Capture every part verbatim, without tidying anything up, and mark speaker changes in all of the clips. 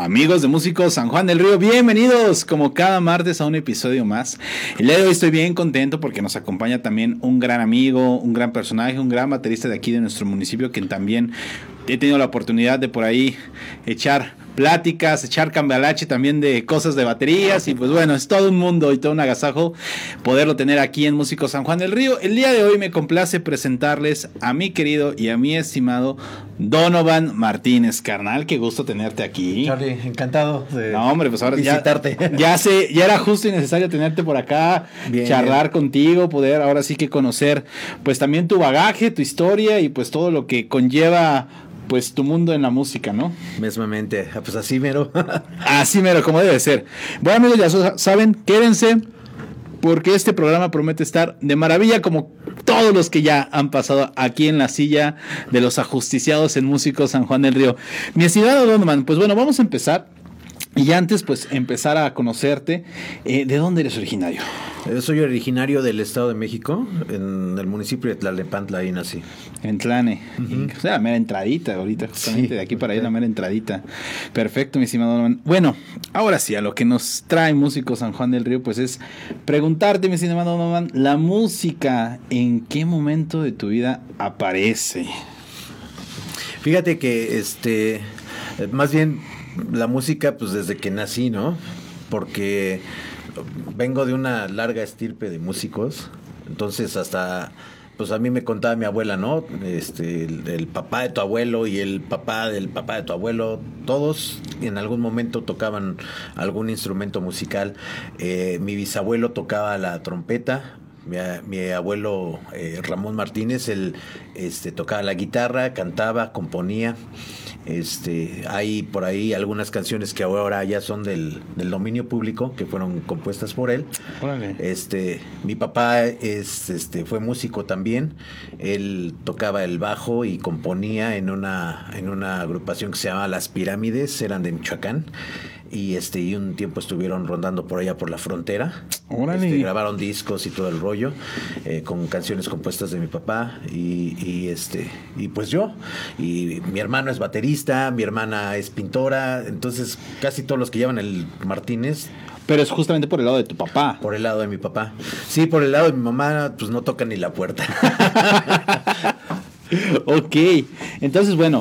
Speaker 1: Amigos de Músicos San Juan del Río, bienvenidos como cada martes a un episodio más. El día de hoy estoy bien contento porque nos acompaña también un gran amigo, un gran personaje, un gran baterista de aquí de nuestro municipio, que también he tenido la oportunidad de por ahí echar pláticas, echar cambalache también de cosas de baterías, y pues bueno, es todo un mundo y todo un agasajo poderlo tener aquí en Músicos San Juan del Río. El día de hoy me complace presentarles a mi querido y a mi estimado Donovan Martínez, carnal. Qué gusto tenerte aquí.
Speaker 2: Charlie, encantado de
Speaker 1: no, hombre, pues ahora
Speaker 2: visitarte.
Speaker 1: Ya, ya, sé, ya era justo y necesario tenerte por acá, bien, charlar contigo, poder ahora sí que conocer pues también tu bagaje, tu historia y pues todo lo que conlleva pues tu mundo en la música, ¿no?
Speaker 2: Mesmamente, pues así mero.
Speaker 1: Así mero, como debe ser. Bueno, amigos, ya saben, quédense porque este programa promete estar de maravilla, como todos los que ya han pasado aquí en la silla de los ajusticiados en Músicos San Juan del Río. Mi estimado Donovan, pues bueno, vamos a empezar. Y antes, pues, empezar a conocerte, eh, ¿de dónde eres originario?
Speaker 2: Yo soy originario del Estado de México, en el municipio de Tlalnepantla, ahí nací.
Speaker 1: En Tlane, uh-huh. O sea, la mera entradita ahorita, justamente sí, de aquí para allá, la mera entradita. Perfecto, mi estimado Donovan. Bueno, ahora sí, a lo que nos trae Músicos San Juan del Río, pues es preguntarte, mi estimado Donovan, la música, ¿en qué momento de tu vida aparece?
Speaker 2: Fíjate que, este, más bien... la música, pues desde que nací, ¿no? Porque vengo de una larga estirpe de músicos, entonces hasta, pues a mí me contaba mi abuela, ¿no? Este, el, el papá de tu abuelo y el papá del papá de tu abuelo, todos en algún momento tocaban algún instrumento musical. Eh, mi bisabuelo tocaba la trompeta. Mi, mi abuelo eh, Ramón Martínez, él este, tocaba la guitarra, cantaba, componía. Este, hay por ahí algunas canciones que ahora ya son del, del dominio público, que fueron compuestas por él.
Speaker 1: Órale.
Speaker 2: Este, mi papá es, este, fue músico también. Él tocaba el bajo y componía en una, en una agrupación que se llama Las Pirámides, eran de Michoacán. Y este y un tiempo estuvieron rondando por allá por la frontera.
Speaker 1: Órale.
Speaker 2: Este, grabaron discos y todo el rollo eh, con canciones compuestas de mi papá y, y este y pues yo y mi hermano es baterista, mi hermana es pintora, entonces casi todos los que llevan el Martínez.
Speaker 1: Pero es justamente por el lado de tu papá.
Speaker 2: Por el lado de mi papá. Sí, por el lado de mi mamá, pues no toca ni la puerta.
Speaker 1: Ok, entonces bueno,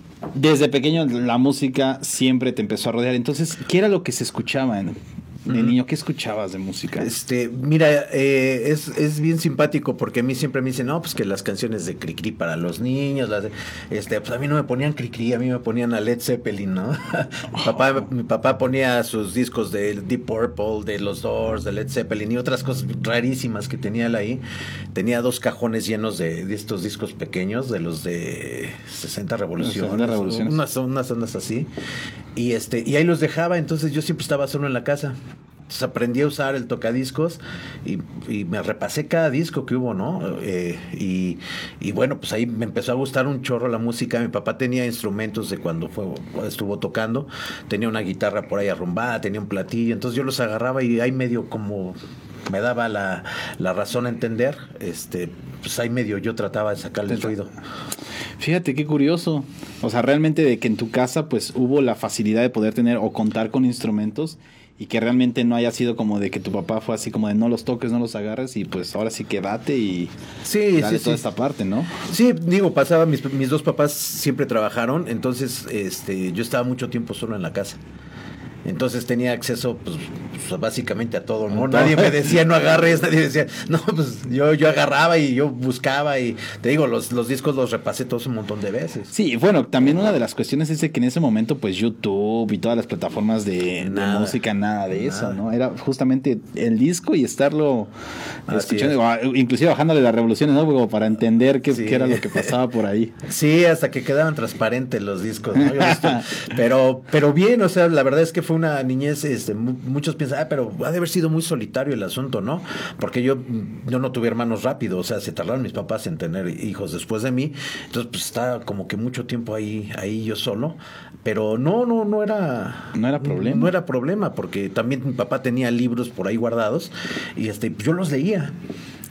Speaker 1: desde pequeño la música siempre te empezó a rodear. Entonces, ¿qué era lo que se escuchaba en, de niño? ¿Qué escuchabas de música?
Speaker 2: Este, mira, eh, es, es bien simpático porque a mí siempre me dicen, no, pues que las canciones de Cricri para los niños, las de, este, pues a mí no me ponían Cricri, a mí me ponían a Led Zeppelin, ¿no? mi, papá, mi papá ponía sus discos de Deep Purple, de los Doors, de Led Zeppelin y otras cosas rarísimas que tenía él ahí. Tenía dos cajones llenos de, de estos discos pequeños, de los de sesenta revoluciones,
Speaker 1: sesenta revoluciones.
Speaker 2: Unas, unas ondas así. Y este, y ahí los dejaba, entonces yo siempre estaba solo en la casa. Entonces aprendí a usar el tocadiscos y, y me repasé cada disco que hubo, ¿no? Eh, y, y bueno, pues ahí me empezó a gustar un chorro la música. Mi papá tenía instrumentos de cuando fue, estuvo tocando. Tenía una guitarra por ahí arrumbada, tenía un platillo. Entonces yo los agarraba y ahí medio como me daba la, la razón a entender. Este, pues ahí medio yo trataba de sacarle el ruido.
Speaker 1: Fíjate qué curioso. O sea, realmente de que en tu casa pues hubo la facilidad de poder tener o contar con instrumentos y que realmente no haya sido como de que tu papá fue así como de no los toques, no los agarres y pues ahora sí que date y
Speaker 2: sí,
Speaker 1: dale
Speaker 2: sí,
Speaker 1: toda
Speaker 2: sí.
Speaker 1: esta parte, ¿no?
Speaker 2: Sí, digo, pasaba, mis, mis dos papás siempre trabajaron, entonces este, yo estaba mucho tiempo solo en la casa. Entonces tenía acceso, pues, pues básicamente a todo, ¿no? Nadie me decía no agarres, nadie decía, no, pues yo, yo agarraba y yo buscaba y te digo, los, los discos los repasé todos un montón de veces.
Speaker 1: Sí, bueno, también una de las cuestiones es de que en ese momento, pues YouTube y todas las plataformas de, de música, nada de nada. Eso, ¿no? Era justamente el disco y estarlo Así escuchando, es. Inclusive bajándole las revoluciones, ¿no? Como para entender qué, sí. qué era lo que pasaba por ahí.
Speaker 2: Sí, hasta que quedaban transparentes los discos, ¿no? Yo estoy, pero, pero bien, o sea, la verdad es que fue una niñez, este, muchos piensan, ah, pero ha de haber sido muy solitario el asunto, ¿no? Porque yo, yo no tuve hermanos rápido, o sea, se tardaron mis papás en tener hijos después de mí, entonces pues estaba como que mucho tiempo ahí, ahí yo solo, pero no, no, no era...
Speaker 1: No era problema.
Speaker 2: No era problema, porque también mi papá tenía libros por ahí guardados, y este, yo los leía.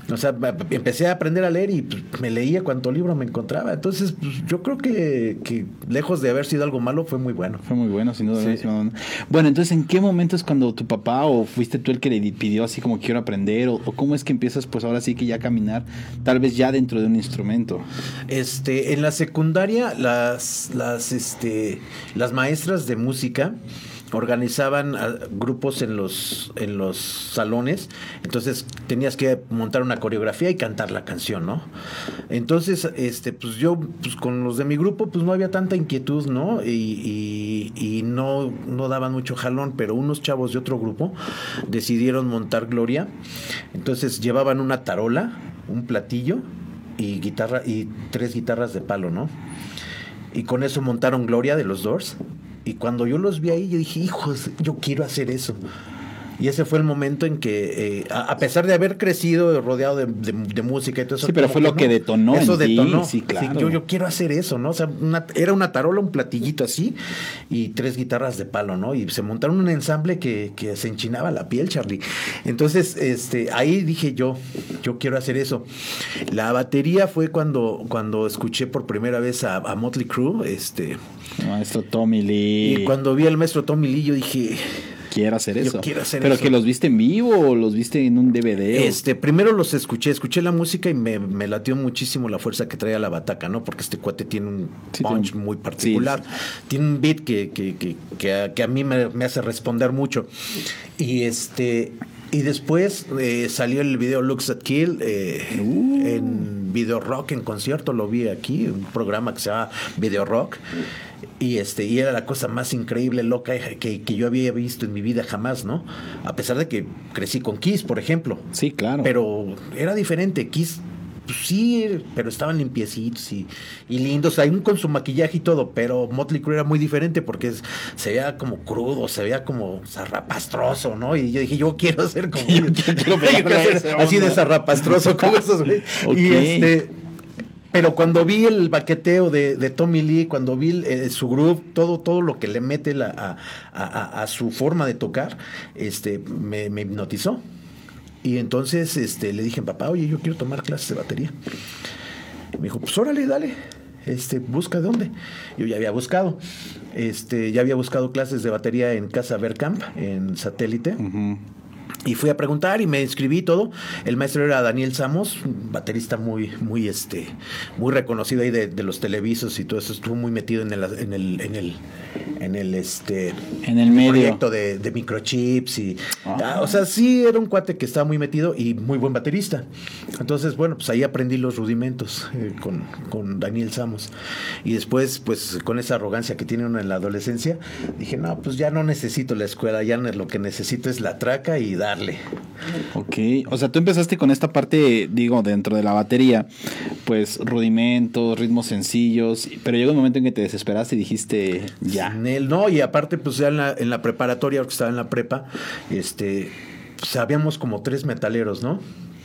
Speaker 2: O sea, empecé a aprender a leer y pues, me leía cuanto libro me encontraba. Entonces, pues, yo creo que, que lejos de haber sido algo malo, fue muy bueno.
Speaker 1: Fue muy bueno, sin duda.
Speaker 2: Sí.
Speaker 1: Bueno, entonces, ¿en qué momento es cuando tu papá o fuiste tú el que le pidió así como quiero aprender? O, o cómo es que empiezas, pues ahora sí que ya a caminar, tal vez ya dentro de un instrumento?
Speaker 2: Este, en la secundaria, las, las, este, las maestras de música organizaban a, grupos en los en los salones, entonces tenías que montar una coreografía y cantar la canción, ¿no? Entonces, este, pues yo, pues con los de mi grupo, pues no había tanta inquietud, ¿no? Y, y, y no, no daban mucho jalón, pero unos chavos de otro grupo decidieron montar Gloria, entonces llevaban una tarola, un platillo y guitarra y tres guitarras de palo, ¿no? Y con eso montaron Gloria de los Doors. Y cuando yo los vi ahí, yo dije, hijos, yo quiero hacer eso. Y ese fue el momento en que, eh, a, a pesar de haber crecido rodeado de, de, de música y todo eso.
Speaker 1: Sí, pero fue lo
Speaker 2: no,
Speaker 1: que detonó.
Speaker 2: Eso
Speaker 1: en
Speaker 2: detonó.
Speaker 1: Ti. Sí, claro.
Speaker 2: Sí, yo, yo quiero hacer eso, ¿no? O sea, una, era una tarola, un platillito así y tres guitarras de palo, ¿no? Y se montaron un ensamble que, que se enchinaba la piel, Charlie. Entonces, este, ahí dije yo, yo quiero hacer eso. La batería fue cuando, cuando escuché por primera vez a, a Motley Crue, este...
Speaker 1: El maestro Tommy Lee.
Speaker 2: Y cuando vi al maestro Tommy Lee, yo dije...
Speaker 1: Quiero hacer eso.
Speaker 2: Yo quiero hacer
Speaker 1: ¿Pero
Speaker 2: eso.
Speaker 1: que los viste en vivo o los viste en un D V D?
Speaker 2: Este, primero los escuché, escuché la música y me, me latió muchísimo la fuerza que traía la bataca, ¿no? Porque este cuate tiene un
Speaker 1: sí,
Speaker 2: punch
Speaker 1: tiene,
Speaker 2: muy particular. Sí, sí. Tiene un beat que, que, que, que, a, que a mí me, me hace responder mucho. Y este... Y después eh, salió el video Looks That Kill eh, uh. en Video Rock, en concierto, lo vi aquí, un programa que se llama Video Rock. Y este y era la cosa más increíble, loca que, que yo había visto en mi vida jamás, ¿no? A pesar de que crecí con Kiss, por ejemplo.
Speaker 1: Sí, claro.
Speaker 2: Pero era diferente. Kiss, pues sí, pero estaban limpiecitos y, y lindos, aún con su maquillaje y todo, pero Motley Crue era muy diferente porque es, se veía como crudo, se veía como zarrapastroso, ¿no? Y yo dije, yo quiero ser como yo, quiero ser así de zarrapastroso como esos, güey. Okay. Y este... Pero cuando vi el baqueteo de, de Tommy Lee, cuando vi eh, su groove, todo, todo lo que le mete la, a, a, a su forma de tocar, este, me, me hipnotizó. Y entonces este, le dije a papá, oye, yo quiero tomar clases de batería. Y me dijo, pues órale, dale, este, busca dónde. Yo ya había buscado, este, ya había buscado clases de batería en Casa Verkamp, en Satélite. Uh-huh. Y fui a preguntar y me inscribí todo. El maestro era Daniel Samos, un baterista muy, muy, este, muy reconocido ahí de, de los televisos y todo eso. Estuvo muy metido en el, en el, en el, en el, este,
Speaker 1: en el medio.
Speaker 2: proyecto de, de microchips y, ah. o sea, sí era un cuate que estaba muy metido y muy buen baterista. Entonces, bueno, pues ahí aprendí los rudimentos eh, con, con Daniel Samos. Y después, pues, con esa arrogancia que tiene uno en la adolescencia, dije, no, pues ya no necesito la escuela, ya lo que necesito es la traca y darle.
Speaker 1: Ok, o sea, tú empezaste con esta parte, digo, dentro de la batería, pues rudimentos, ritmos sencillos, pero llegó un momento en que te desesperaste y dijiste, ya.
Speaker 2: Él, no, y aparte, pues ya en la, en la preparatoria, porque estaba en la prepa, este, pues habíamos como tres metaleros, ¿no?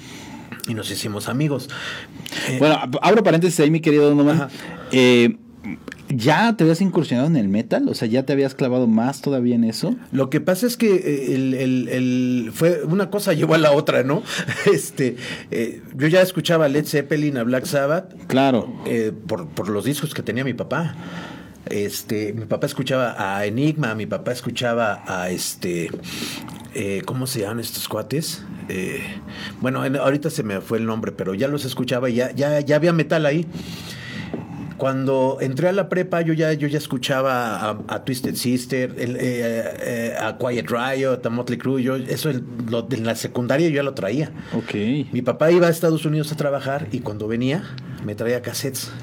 Speaker 2: Y nos hicimos amigos.
Speaker 1: Eh, bueno, abro paréntesis ahí, mi querido Donovan. Eh, ¿Ya te habías incursionado en el metal? O sea, ¿ya te habías clavado más todavía en eso?
Speaker 2: Lo que pasa es que el, el, el fue una cosa llevó a la otra, ¿no? Este, eh, yo ya escuchaba a Led Zeppelin, a Black Sabbath.
Speaker 1: Claro.
Speaker 2: Eh, por, por los discos que tenía mi papá. Este, mi papá escuchaba a Enigma, mi papá escuchaba a este, eh, ¿cómo se llaman estos cuates? Eh, bueno, en, ahorita se me fue el nombre, pero ya los escuchaba y ya, ya, ya había metal ahí. Cuando entré a la prepa, yo ya, yo ya escuchaba a, a Twisted Sister, el, eh, eh, a Quiet Riot, a Motley Crue. Yo, eso el, lo, en la secundaria yo ya lo traía.
Speaker 1: Okay.
Speaker 2: Mi papá iba a Estados Unidos a trabajar y cuando venía me traía cassettes.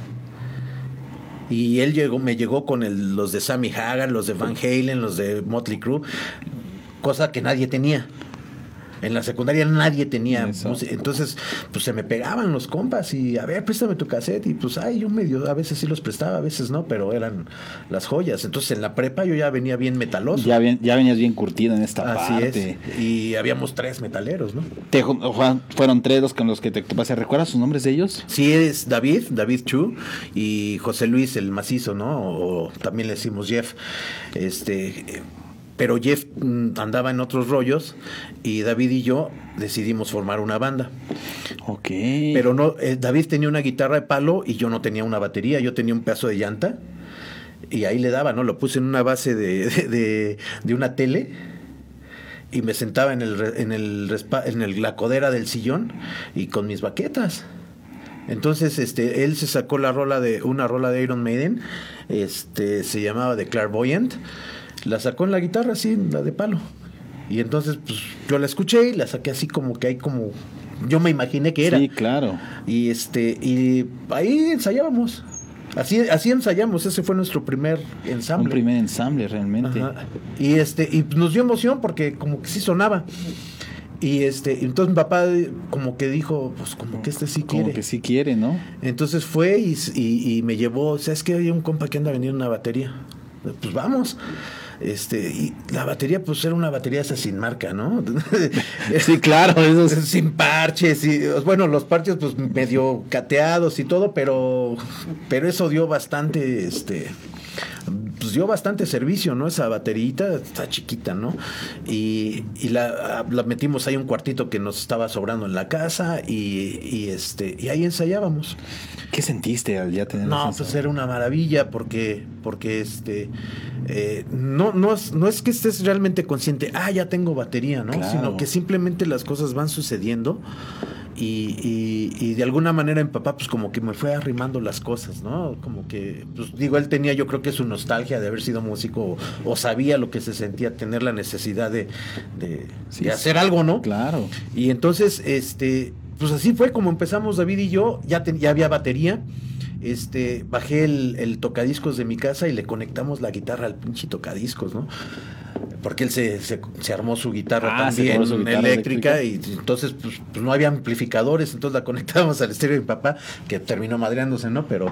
Speaker 2: Y él llegó, me llegó con el, los de Sammy Hagar, los de Van Halen, los de Motley Crue, cosa que nadie tenía. En la secundaria nadie tenía música, entonces pues se me pegaban los compas y a ver, préstame tu cassette y pues ay, yo medio, a veces sí los prestaba, a veces no, pero eran las joyas. Entonces en la prepa yo ya venía bien metaloso.
Speaker 1: Ya, bien, ya venías bien curtido en esta
Speaker 2: Así
Speaker 1: parte.
Speaker 2: Es. Y habíamos tres metaleros, ¿no?
Speaker 1: Te, fueron tres los con los que te topaste. ¿Recuerdas sus nombres de ellos?
Speaker 2: Sí, es David, David Chu y José Luis el macizo, ¿no? O, o también le decimos Jeff. Este... pero Jeff mm, andaba en otros rollos y David y yo decidimos formar una banda.
Speaker 1: Ok.
Speaker 2: Pero no, eh, David tenía una guitarra de palo y yo no tenía una batería, yo tenía un pedazo de llanta y ahí le daba, ¿no? Lo puse en una base de, de, de, de una tele y me sentaba en el en el en el, la codera del sillón y con mis baquetas. Entonces, este, él se sacó la rola de una rola de Iron Maiden, este, se llamaba The Clairvoyant, la sacó en la guitarra así, la de palo. Y entonces, pues, yo la escuché y la saqué así como que hay como, yo me imaginé que era.
Speaker 1: Sí, claro.
Speaker 2: Y este, y ahí ensayábamos. Así, así ensayamos, ese fue nuestro primer ensamble.
Speaker 1: Un primer ensamble realmente.
Speaker 2: Ajá. Y este, y nos dio emoción porque como que sí sonaba. Y este, entonces mi papá como que dijo, pues como que este sí quiere.
Speaker 1: Como que sí quiere, ¿no?
Speaker 2: Entonces fue y, y, y me llevó, ¿sabes qué? Hay un compa que anda a venir una batería. Pues vamos. Este, y la batería, pues era una batería esa sin marca, ¿no?
Speaker 1: Sí, claro, eso es...
Speaker 2: sin parches, y bueno, los parches pues medio cateados y todo, pero, pero eso dio bastante, este, pues dio bastante servicio, ¿no? Esa baterita está chiquita, ¿no? Y, y la, la metimos ahí un cuartito que nos estaba sobrando en la casa y, y este, y ahí ensayábamos.
Speaker 1: ¿Qué sentiste al ya tener?
Speaker 2: No, pues era una maravilla porque, porque este, eh, no, no es, no es que estés realmente consciente, ah, ya tengo batería, ¿no?
Speaker 1: Claro.
Speaker 2: Sino que simplemente las cosas van sucediendo y, y, y de alguna manera mi papá, pues como que me fue arrimando las cosas, ¿no? Como que, pues digo, él tenía, yo creo que su nostalgia de haber sido músico o, o sabía lo que se sentía, tener la necesidad de, de,
Speaker 1: Sí,
Speaker 2: de hacer algo, ¿no?
Speaker 1: Claro.
Speaker 2: Y entonces, este, pues así fue como empezamos David y yo, ya, ten, ya había batería, este, bajé el, el tocadiscos de mi casa y le conectamos la guitarra al pinche tocadiscos, ¿no? Porque él se, se, se armó su guitarra
Speaker 1: Ah,
Speaker 2: también
Speaker 1: su guitarra
Speaker 2: eléctrica,
Speaker 1: eléctrica
Speaker 2: y entonces pues, pues no había amplificadores, entonces la conectábamos al estéreo de mi papá, que terminó madreándose, ¿no? Pero,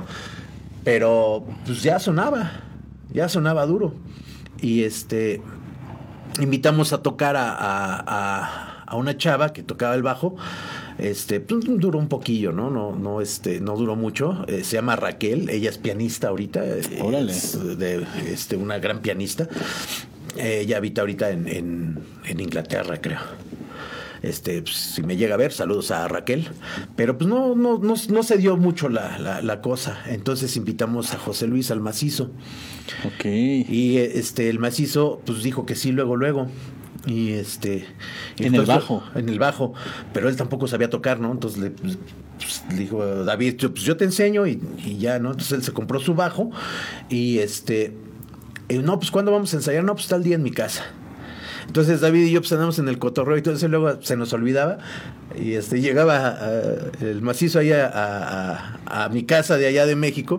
Speaker 2: pero pues ya sonaba, ya sonaba duro. Y este, invitamos a tocar a, a, a, a una chava que tocaba el bajo. Este, pues duró un poquillo, ¿no? No, no, este, no duró mucho. Eh, se llama Raquel, ella es pianista ahorita.
Speaker 1: Órale.
Speaker 2: Es de, este, una gran pianista. Eh, ella habita ahorita en, en, en Inglaterra, creo. Este, pues, si me llega a ver, saludos a Raquel. Pero pues no, no, no, no se dio mucho la, la, la cosa. Entonces invitamos a José Luis al macizo.
Speaker 1: Ok.
Speaker 2: Y este, el macizo, pues dijo que sí, luego, luego. Y este y
Speaker 1: en el bajo
Speaker 2: en el bajo, pero él tampoco sabía tocar, ¿no? Entonces le, pues, le dijo David, yo, pues yo te enseño y, y ya, ¿no? Entonces él se compró su bajo y este y no, pues ¿cuándo vamos a ensayar? No, pues tal día en mi casa. Entonces David y yo pues andamos en el cotorreo y todo eso, luego se nos olvidaba y este llegaba a, a, el macizo allá a, a, a mi casa de allá de México.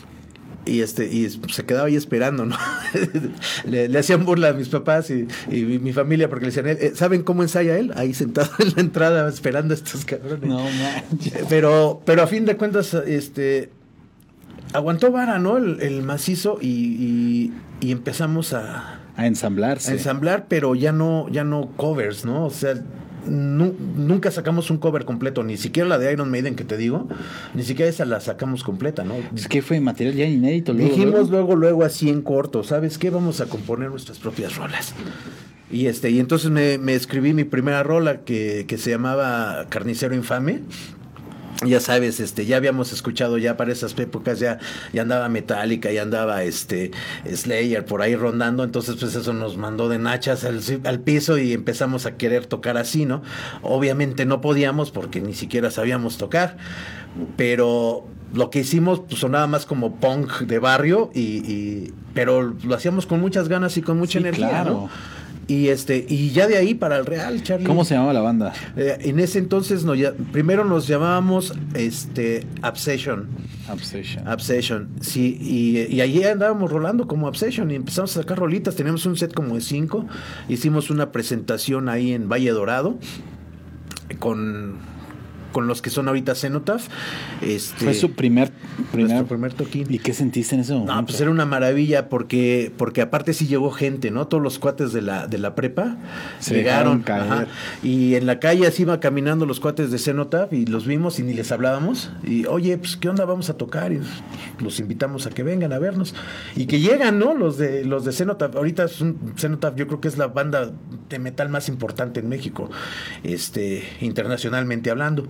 Speaker 2: Y este y se quedaba ahí esperando, ¿no? le, le hacían burla a mis papás y, y mi, mi familia porque le decían, eh, ¿saben cómo ensaya él? Ahí sentado en la entrada esperando a estos cabrones.
Speaker 1: No manches.
Speaker 2: Pero, pero a fin de cuentas, este aguantó vara, ¿no? El, el macizo y, y, y empezamos a,
Speaker 1: a ensamblarse.
Speaker 2: A ensamblar, pero ya no, ya no covers, ¿no? O sea, Nu, nunca sacamos un cover completo, ni siquiera la de Iron Maiden que te digo, ni siquiera esa la sacamos completa, ¿no?
Speaker 1: Es que fue material ya inédito.
Speaker 2: Luego, Dijimos luego, luego así en corto, ¿sabes qué? Vamos a componer nuestras propias rolas. Y este, y entonces me, me escribí mi primera rola que, que se llamaba Carnicero Infame. Ya sabes, este, ya habíamos escuchado ya para esas épocas, ya, ya andaba Metallica, ya andaba este Slayer por ahí rondando, entonces pues eso nos mandó de nachas al, al piso y empezamos a querer tocar así, ¿no? Obviamente no podíamos porque ni siquiera sabíamos tocar, pero lo que hicimos pues sonaba más como punk de barrio, y, y pero lo hacíamos con muchas ganas y con mucha
Speaker 1: sí,
Speaker 2: energía,
Speaker 1: claro.
Speaker 2: ¿no? Y este y ya de ahí para el Real, Charlie.
Speaker 1: ¿Cómo se llamaba la banda?
Speaker 2: Eh, en ese entonces no, ya, primero nos llamábamos este Obsession.
Speaker 1: Obsession.
Speaker 2: Obsession, sí, y, y allí andábamos rolando como Obsession y empezamos a sacar rolitas, teníamos un set como de cinco, hicimos una presentación ahí en Valle Dorado con con los que son ahorita Cenotaph. Este,
Speaker 1: Fue su primer, primer,
Speaker 2: primer toquín.
Speaker 1: ¿Y qué sentiste en ese momento?
Speaker 2: No, pues era una maravilla porque, porque aparte sí llegó gente, ¿no? Todos los cuates de la, de la prepa
Speaker 1: Se
Speaker 2: llegaron.
Speaker 1: dejaron
Speaker 2: Ajá.
Speaker 1: caer.
Speaker 2: Y en la calle así iba caminando los cuates de Cenotaph y los vimos y ni les hablábamos. Y oye, pues ¿qué onda? Vamos a tocar. Y los invitamos a que vengan a vernos. Y que llegan, ¿no? Los de, los de Cenotaph. Ahorita es un, Cenotaph yo creo que es la banda de metal más importante en México, este, internacionalmente hablando.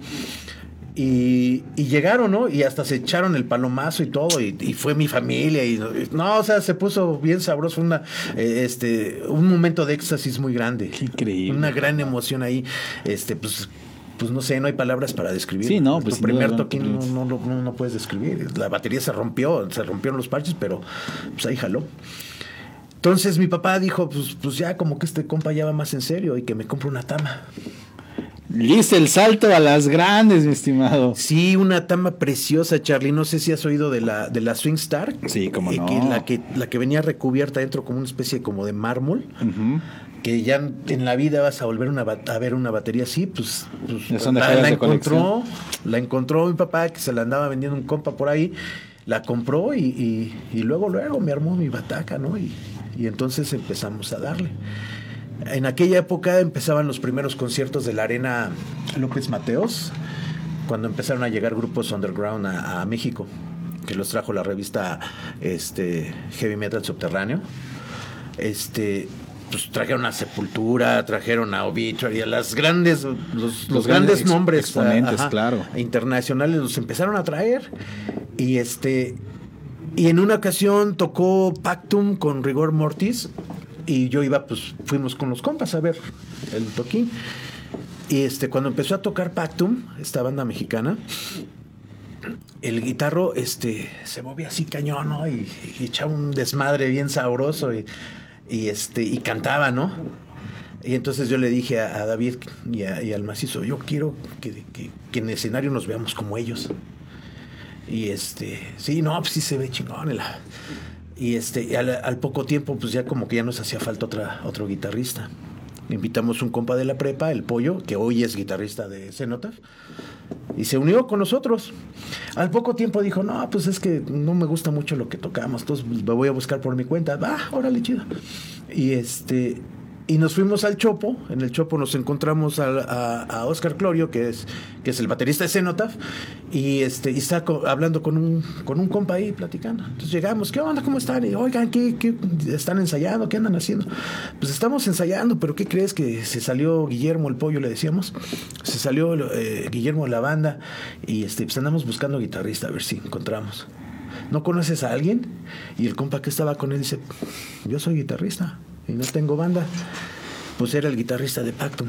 Speaker 2: Y, y llegaron, ¿no? Y hasta se echaron el palomazo y todo, y, y fue mi familia, y no, o sea, se puso bien sabroso, una, eh, este, un momento de éxtasis muy grande.
Speaker 1: Qué increíble.
Speaker 2: Una gran emoción ahí, este, pues, pues no sé, no hay palabras para describir.
Speaker 1: Sí, no, pues
Speaker 2: tu primer
Speaker 1: no,
Speaker 2: toquín
Speaker 1: no,
Speaker 2: no, no, no, no puedes describir. La batería se rompió, se rompieron los parches, pero pues ahí jaló. Entonces mi papá dijo, pues, pues ya como que este compa ya va más en serio y que me compre una tama.
Speaker 1: Listo, el salto a las grandes, mi estimado.
Speaker 2: Sí, una tama preciosa, Charlie. No sé si has oído de la de la Swing Star.
Speaker 1: Sí, cómo
Speaker 2: eh,
Speaker 1: no.
Speaker 2: Que la, que, la que venía recubierta dentro como una especie como de mármol.
Speaker 1: Uh-huh.
Speaker 2: Que ya en la vida vas a volver una, a ver una batería así, pues, pues
Speaker 1: son de
Speaker 2: la,
Speaker 1: joyas
Speaker 2: la
Speaker 1: de
Speaker 2: encontró,
Speaker 1: colección.
Speaker 2: la encontró mi papá, que se la andaba vendiendo un compa por ahí, la compró y, y, y luego, luego me armó mi bataca, ¿no? Y, y entonces empezamos a darle. En aquella época empezaban los primeros conciertos de la Arena López Mateos, cuando empezaron a llegar grupos underground a, a México, que los trajo la revista este, Heavy Metal Subterráneo. Este, pues trajeron a Sepultura, trajeron a Obituary, a las grandes, los, los, los grandes
Speaker 1: ex,
Speaker 2: nombres
Speaker 1: exponentes,
Speaker 2: ajá,
Speaker 1: claro,
Speaker 2: internacionales, los empezaron a traer y este y en una ocasión tocó Pactum con Rigor Mortis. Y yo iba, pues, fuimos con los compas a ver el toquín. Y este, cuando empezó a tocar Pactum, esta banda mexicana, el guitarro, este, se movía así cañón, ¿no? Y, y echaba un desmadre bien sabroso y, y este, y cantaba, ¿no? Y entonces yo le dije a, a David y, a, y al macizo, yo quiero que, que, que en el escenario nos veamos como ellos. Y este, sí, no, pues sí se ve chingón. El, Y este al, al poco tiempo, pues ya como que ya nos hacía falta otra, otro guitarrista. Invitamos un compa de la prepa, el Pollo, que hoy es guitarrista de Cenotaph, y se unió con nosotros. Al poco tiempo dijo, no, pues es que no me gusta mucho lo que tocamos, entonces me voy a buscar por mi cuenta. Va, órale, chido. Y este... Y nos fuimos al Chopo. En el Chopo nos encontramos a, a, a Oscar Clorio, que es, que es el baterista de Cenotaph, y este, y está co- hablando con un, con un compa ahí platicando. Entonces llegamos, ¿qué onda? ¿Cómo están? Y oigan, ¿qué, qué están ensayando? ¿Qué andan haciendo? Pues estamos ensayando, pero ¿qué crees? Que se salió Guillermo el Pollo, le decíamos. Se salió eh, Guillermo de la banda, y este, pues andamos buscando guitarrista, a ver si encontramos. ¿No conoces a alguien? Y el compa que estaba con él dice, yo soy guitarrista y no tengo banda. Pues era el guitarrista de Pactum.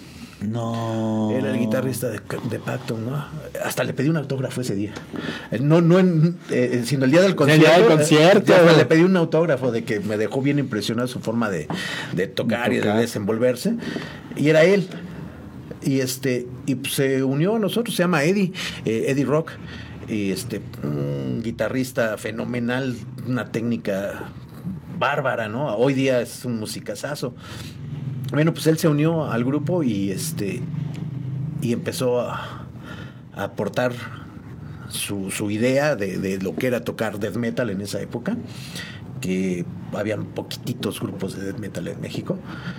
Speaker 1: No.
Speaker 2: Era el guitarrista de, de Pactum, ¿no? Hasta le pedí un autógrafo ese día. No, no en, eh, sino el día del concierto.
Speaker 1: El día del concierto.
Speaker 2: Eh, le pedí un autógrafo de que me dejó bien impresionado su forma de, de, tocar, de tocar y de desenvolverse. Y era él. Y este y pues, se unió a nosotros, se llama Eddie, eh, Eddie Rock. Y este, un guitarrista fenomenal, una técnica bárbara, ¿no? Hoy día es un musicazazo. Bueno, pues él se unió al grupo y este y empezó a, a aportar su, su idea de, de lo que era tocar death metal en esa época, que habían poquititos grupos de death metal en México.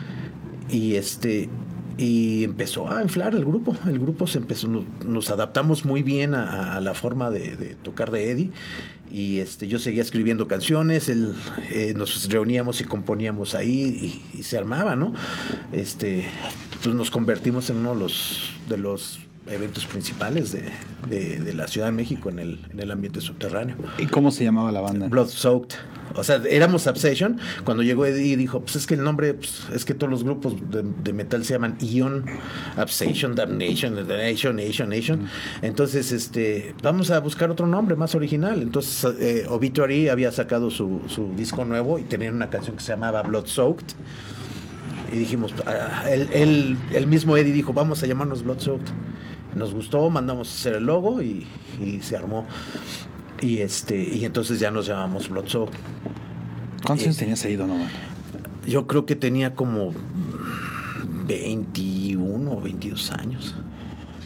Speaker 2: Y este y empezó a inflar el grupo. El grupo se empezó, nos, nos adaptamos muy bien a, a la forma de, de tocar de Eddie. Y este, yo seguía escribiendo canciones, él, eh, nos reuníamos y componíamos ahí y, y se armaba, ¿no? Este, pues nos convertimos en uno de los, de los eventos principales de, de, de la Ciudad de México en el, en el ambiente subterráneo.
Speaker 1: ¿Y cómo se llamaba la banda?
Speaker 2: Blood Soaked. O sea, éramos Obsession. Cuando llegó Eddie dijo, pues es que el nombre, pues, es que todos los grupos de, de metal se llaman Ion, Obsession, Damnation, Damnation, Nation, Nation. Entonces, este, vamos a buscar otro nombre más original. Entonces, eh, Obituary había sacado su, su disco nuevo y tenían una canción que se llamaba Blood Soaked. Y dijimos, ah, él, él, el mismo Eddie dijo, vamos a llamarnos Blood Soaked. Nos gustó, mandamos a hacer el logo y, y se armó. Y este y entonces ya nos llamamos Blood Soaked.
Speaker 1: ¿Cuántos años eh, tenías ahí, Donovan?
Speaker 2: Yo creo que tenía como veintiuno o veintidós años.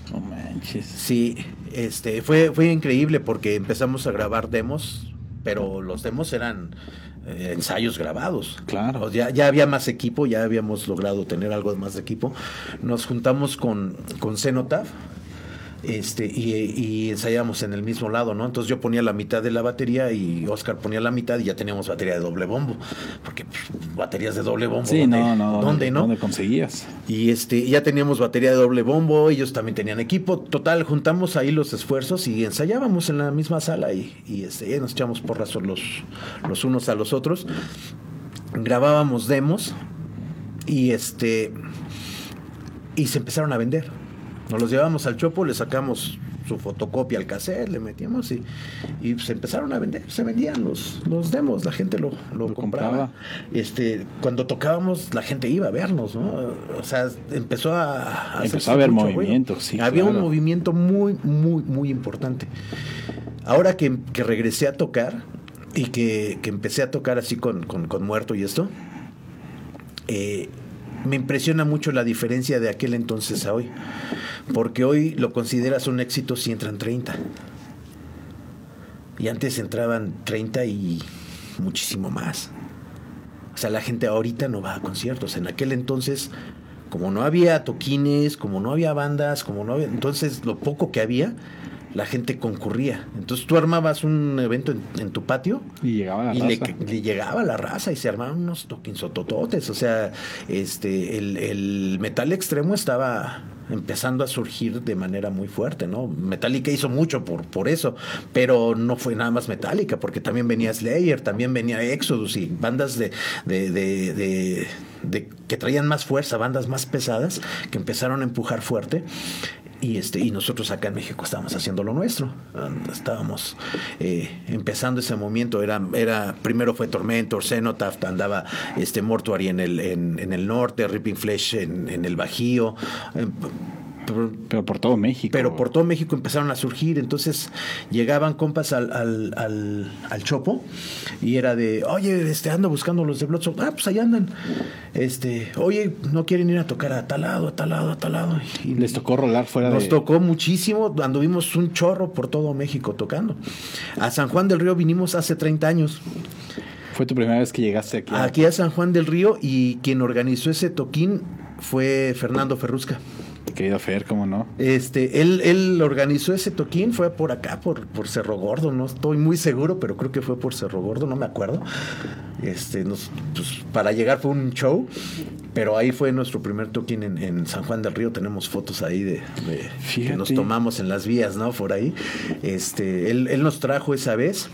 Speaker 1: No manches.
Speaker 2: Sí, este, fue, fue increíble porque empezamos a grabar demos, pero los demos eran eh, ensayos grabados.
Speaker 1: Claro.
Speaker 2: O ya, ya había más equipo, ya habíamos logrado tener algo más de equipo. Nos juntamos con, con Cenotaph. Este, y, y ensayábamos en el mismo lado, ¿no? Entonces yo ponía la mitad de la batería y Oscar ponía la mitad y ya teníamos batería de doble bombo. Porque pues, baterías de doble bombo.
Speaker 1: Sí,
Speaker 2: ¿dónde,
Speaker 1: no, no.
Speaker 2: ¿Dónde, no?
Speaker 1: ¿Dónde conseguías?
Speaker 2: Y este, ya teníamos batería de doble bombo, ellos también tenían equipo. Total, juntamos ahí los esfuerzos y ensayábamos en la misma sala y, y este, nos echamos porras los, los unos a los otros. Grabábamos demos y este y se empezaron a vender. Nos los llevamos al Chopo, le sacamos su fotocopia al cassette, le metíamos y, y se empezaron a vender, se vendían los, los demos, la gente lo, lo,
Speaker 1: Lo
Speaker 2: compraba.
Speaker 1: compraba.
Speaker 2: Este, cuando tocábamos, la gente iba a vernos, ¿no? O sea, empezó a, a
Speaker 1: Empezó a haber
Speaker 2: mucho
Speaker 1: movimiento,
Speaker 2: ruido.
Speaker 1: sí,
Speaker 2: Había
Speaker 1: claro.
Speaker 2: un movimiento muy, muy, muy importante. Ahora que, que regresé a tocar y que, que empecé a tocar así con, con, con Muerto y esto, eh, me impresiona mucho la diferencia de aquel entonces a hoy. Porque hoy lo consideras un éxito si entran treinta. Y antes entraban treinta y muchísimo más. O sea, la gente ahorita no va a conciertos. En aquel entonces, como no había toquines, como no había bandas, como no había... Entonces, lo poco que había, la gente concurría. Entonces, tú armabas un evento en, en tu patio...
Speaker 1: Y llegaba la
Speaker 2: y
Speaker 1: raza.
Speaker 2: le, le llegaba la raza y se armaban unos toquinsotototes. O sea, este, el, el metal extremo estaba empezando a surgir de manera muy fuerte, ¿no? Metallica hizo mucho por, por eso, pero no fue nada más Metallica, porque también venía Slayer, también venía Exodus y bandas de, de, de, de, de que traían más fuerza, bandas más pesadas, que empezaron a empujar fuerte. Y este y nosotros acá en México estábamos haciendo lo nuestro, estábamos eh, empezando ese movimiento. Era era primero fue Tormentor, Cenotaph, andaba este Mortuary en el en, en el norte, Ripping Flesh en, en el Bajío. Eh,
Speaker 1: Pero, pero por todo México.
Speaker 2: Pero por todo México empezaron a surgir. Entonces llegaban compas al, al, al, al Chopo y era de, oye, este, ando buscando los de Bloodshot. Ah, pues ahí andan. Este, oye, no quieren ir a tocar a tal lado, a tal lado, a tal lado. Y
Speaker 1: les tocó rolar fuera
Speaker 2: nos
Speaker 1: de...
Speaker 2: Nos tocó muchísimo. Anduvimos un chorro por todo México tocando. A San Juan del Río vinimos hace treinta años.
Speaker 1: ¿Fue tu primera vez que llegaste aquí? A...
Speaker 2: Aquí a San Juan del Río, y quien organizó ese toquín fue Fernando Ferrusca.
Speaker 1: Querido Fer, ¿cómo no?
Speaker 2: Este, él, él organizó ese toquín, fue por acá, por, por Cerro Gordo, no estoy muy seguro, pero creo que fue por Cerro Gordo, no me acuerdo. Este, nos, pues, para llegar fue un show, pero ahí fue nuestro primer toquín en, en San Juan del Río. Tenemos fotos ahí de, de que nos tomamos en las vías, ¿no? Por ahí. Este, él, él nos trajo esa vez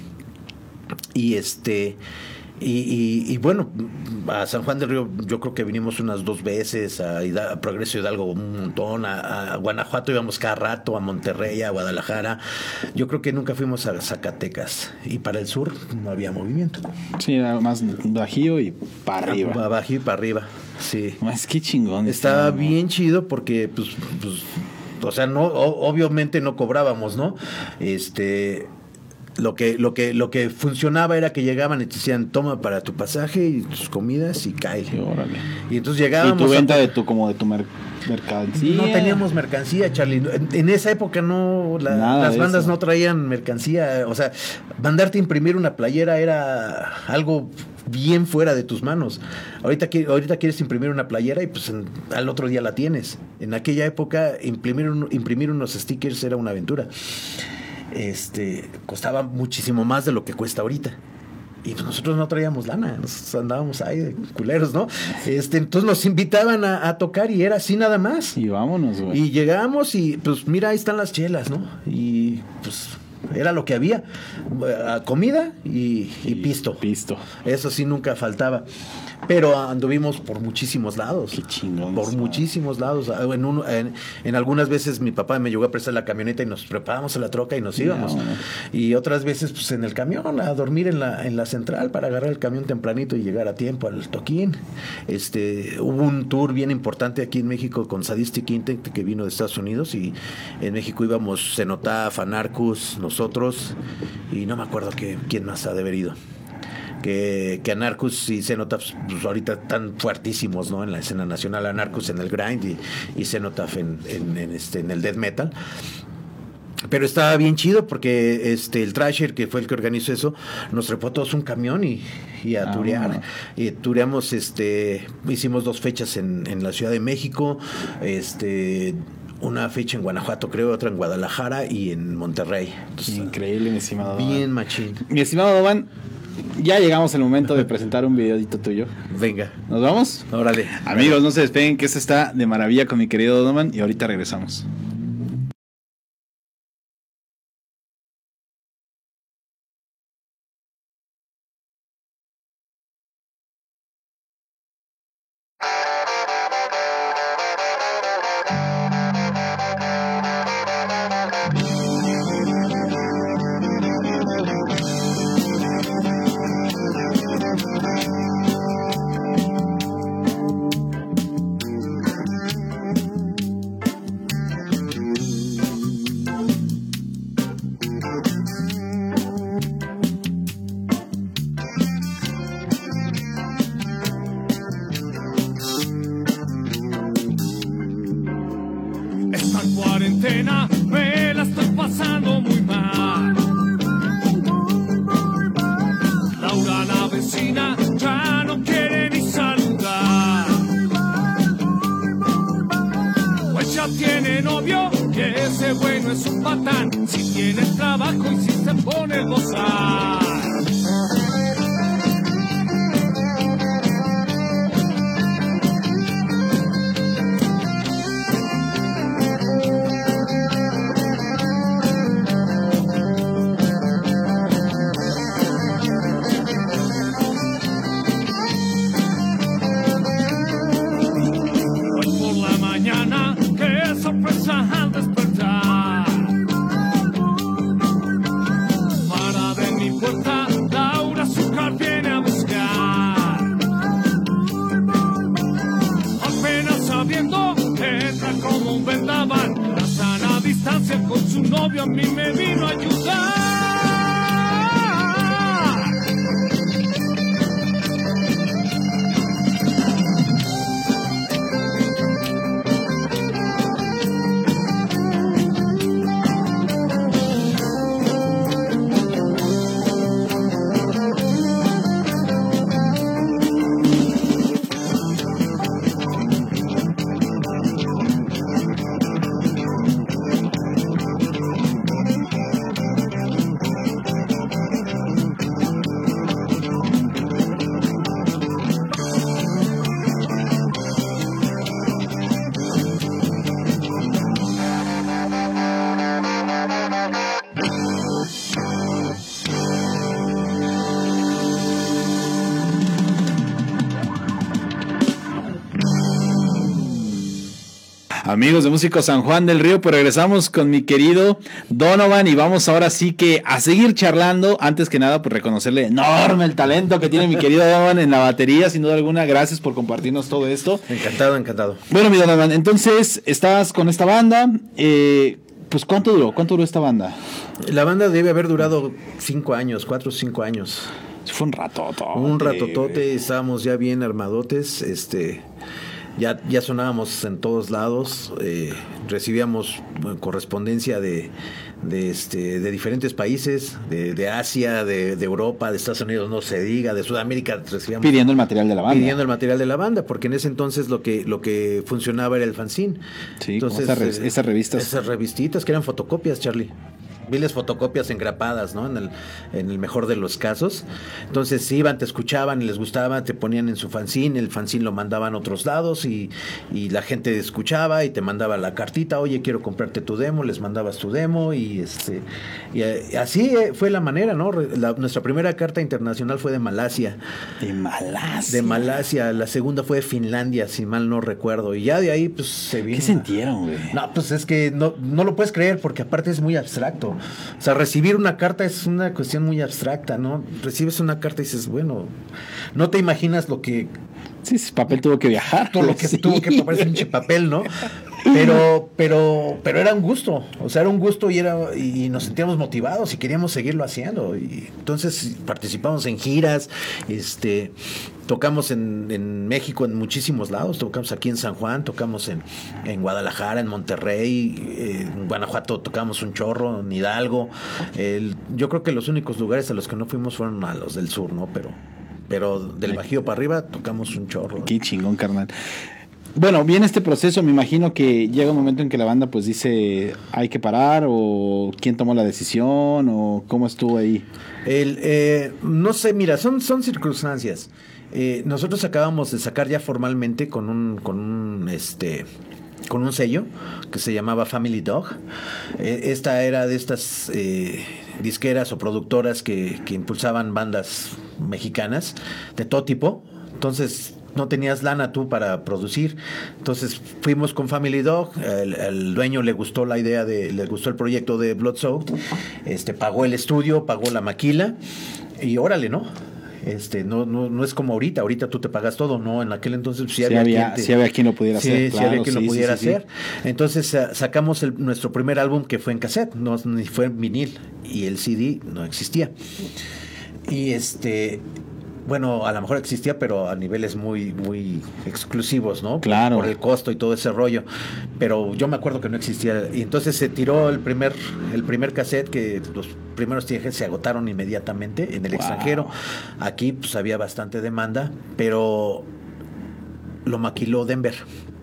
Speaker 2: y este. Y, y, y bueno, a San Juan del Río yo creo que vinimos unas dos veces, a, Hidalgo, a Progreso Hidalgo un montón, a, a Guanajuato íbamos cada rato, a Monterrey, a Guadalajara. Yo creo que nunca fuimos a Zacatecas, y para el sur no había movimiento.
Speaker 1: Sí, era más bajío y para arriba.
Speaker 2: A, bajío y para arriba, sí.
Speaker 1: Es que chingón.
Speaker 2: Estaba está, bien chido porque pues, pues o sea, no, o, obviamente no cobrábamos, ¿no? Este... Lo que, lo que, lo que funcionaba era que llegaban y te decían, toma para tu pasaje y tus comidas y cae.
Speaker 1: Sí, órale.
Speaker 2: Y entonces llegábamos.
Speaker 1: ¿Y tu venta a... de tu, como de tu mer mercancía?
Speaker 2: No teníamos mercancía, Charlie. En, en esa época no, la, las bandas eso. no traían mercancía. O sea, mandarte a imprimir una playera era algo bien fuera de tus manos. Ahorita, ahorita quieres imprimir una playera y pues en, al otro día la tienes. En aquella época imprimir, un, imprimir unos stickers era una aventura. Este, costaba muchísimo más de lo que cuesta ahorita. Y pues nosotros no traíamos lana, nos andábamos ahí de culeros, ¿no? Este, entonces nos invitaban a, a tocar y era así nada más.
Speaker 1: Y vámonos, güey.
Speaker 2: Y llegamos y pues mira, ahí están las chelas, ¿no? Y pues era lo que había, comida y, y, y pisto.
Speaker 1: Pisto.
Speaker 2: Eso sí nunca faltaba. Pero anduvimos por muchísimos lados.
Speaker 1: Qué chingón.
Speaker 2: Por muchísimos lados. En, uno, en, en algunas veces mi papá me llegó a prestar la camioneta y nos preparábamos en la troca y nos íbamos. No, no. Y otras veces pues en el camión, a dormir en la, en la central para agarrar el camión tempranito y llegar a tiempo al toquín. Este, hubo un tour bien importante aquí en México con Sadistic Intent que vino de Estados Unidos, y en México íbamos Cenotaph, Anarchus, nosotros, y no me acuerdo que, quién más ha de haber ido. que, que Anarchus y Cenotaph pues, ahorita están fuertísimos, ¿no? En la escena nacional, Anarchus en el grind y, y Cenotaph en, en, en, este, en el death metal. Pero estaba bien chido porque este el Thrasher, que fue el que organizó eso, nos trepó todos un camión y, y a ah, turear. Bueno. Y tureamos, este, hicimos dos fechas en, en la Ciudad de México, este, una fecha en Guanajuato, creo, otra en Guadalajara y en Monterrey. Entonces,
Speaker 1: increíble, mi estimado
Speaker 2: Doban. Bien machín.
Speaker 1: Mi estimado Doban, ya llegamos al momento de presentar un videito tuyo.
Speaker 2: Venga.
Speaker 1: ¿Nos vamos?
Speaker 2: Órale.
Speaker 1: Amigos, no se despeguen, que esto está de maravilla con mi querido Doban y ahorita regresamos.
Speaker 3: Me la estoy pasando muy mal. Laura, la vecina, ya no quiere ni saludar. Pues ya tiene novio, que ese bueno es un patán. Si tiene trabajo y si se pone a gozar. Al despertar, para de mi puerta, Laura Azúcar viene a buscar. Apenas sabiendo, entra como un vendaval. La sana distancia con su novio a mí me vino a ayudar.
Speaker 1: Amigos de Músicos San Juan del Río, pues regresamos con mi querido Donovan y vamos ahora sí que a seguir charlando. Antes que nada, pues reconocerle enorme el talento que tiene mi querido Donovan en la batería, sin duda alguna. Gracias por compartirnos todo esto.
Speaker 2: Encantado, encantado.
Speaker 1: Bueno, mi Donovan, entonces estás con esta banda. Eh, pues ¿cuánto duró? ¿Cuánto duró esta banda?
Speaker 2: La banda debe haber durado cinco años, cuatro o cinco años.
Speaker 1: Fue un ratotote.
Speaker 2: Un ratotote, estábamos ya bien armadotes, este... Ya, ya sonábamos en todos lados, eh, recibíamos bueno, correspondencia de, de, este, de diferentes países, de, de Asia, de, de Europa, de Estados Unidos, no se diga, de Sudamérica, recibíamos...
Speaker 1: Pidiendo el material de la banda.
Speaker 2: Pidiendo el material de la banda, porque en ese entonces lo que, lo que funcionaba era el fanzine.
Speaker 1: Sí, entonces, esa re,
Speaker 2: eh,
Speaker 1: esas revistas.
Speaker 2: Esas revistitas que eran fotocopias, Charlie. Viles fotocopias engrapadas, ¿no? En el, en el mejor de los casos. Entonces iban, te escuchaban y les gustaba, te ponían en su fanzine, el fanzine lo mandaban a otros lados y, y la gente escuchaba y te mandaba la cartita, oye, quiero comprarte tu demo, les mandabas tu demo y este y así fue la manera, ¿no? La, nuestra primera carta internacional fue de Malasia.
Speaker 1: De Malasia.
Speaker 2: De Malasia, la segunda fue de Finlandia, si mal no recuerdo. Y ya de ahí, pues se vino.
Speaker 1: ¿Qué sintieron, güey?
Speaker 2: No, pues es que no, no lo puedes creer porque aparte es muy abstracto. O sea, recibir una carta es una cuestión muy abstracta, ¿no? Recibes una carta y dices, bueno, no te imaginas lo que...
Speaker 1: Sí, ese papel tuvo que viajar.
Speaker 2: Todo lo que
Speaker 1: sí.
Speaker 2: tuvo que papar ese pinche papel, ¿no? Pero, pero, pero era un gusto, o sea, era un gusto y era y nos sentíamos motivados y queríamos seguirlo haciendo. Y entonces participamos en giras, este, tocamos en, en México en muchísimos lados, tocamos aquí en San Juan, tocamos en, en Guadalajara, en Monterrey, eh, en Guanajuato tocamos un chorro, en Hidalgo. El, yo creo que los únicos lugares a los que no fuimos fueron a los del sur, ¿no? Pero, pero del Bajío para arriba tocamos un chorro.
Speaker 1: Qué chingón, carnal. Bueno, viene este proceso, me imagino que llega un momento en que la banda pues dice hay que parar, o quién tomó la decisión, o cómo estuvo ahí.
Speaker 2: El, eh, no sé, mira, son, son circunstancias. Eh, nosotros acabamos de sacar ya formalmente con un, con un, este, con un sello que se llamaba Family Dog. Eh, esta era de estas eh, disqueras o productoras que, que impulsaban bandas mexicanas de todo tipo. Entonces no tenías lana tú para producir, entonces fuimos con Family Dog, el, el dueño le gustó la idea de, le gustó el proyecto de Bloodsoaked, este, pagó el estudio, pagó la maquila y órale, ¿no? Este, no, no, no es como ahorita, ahorita tú te pagas todo, ¿no? En aquel entonces sí,
Speaker 1: sí
Speaker 2: había,
Speaker 1: había,
Speaker 2: quien te,
Speaker 1: sí había quien lo pudiera
Speaker 2: sí,
Speaker 1: hacer.
Speaker 2: Sí,
Speaker 1: claro,
Speaker 2: había quien
Speaker 1: sí,
Speaker 2: lo pudiera
Speaker 1: sí, sí,
Speaker 2: hacer. Sí. Entonces uh, sacamos el, nuestro primer álbum que fue en cassette, no ni fue en vinil, y el C D no existía. Y este... Bueno, a lo mejor existía, pero a niveles muy muy exclusivos, ¿no?
Speaker 1: Claro.
Speaker 2: Por, por el costo y todo ese rollo. Pero yo me acuerdo que no existía. Y entonces se tiró el primer el primer cassette, que los primeros tijes se agotaron inmediatamente en el wow. extranjero. Aquí pues había bastante demanda, pero lo maquiló Denver.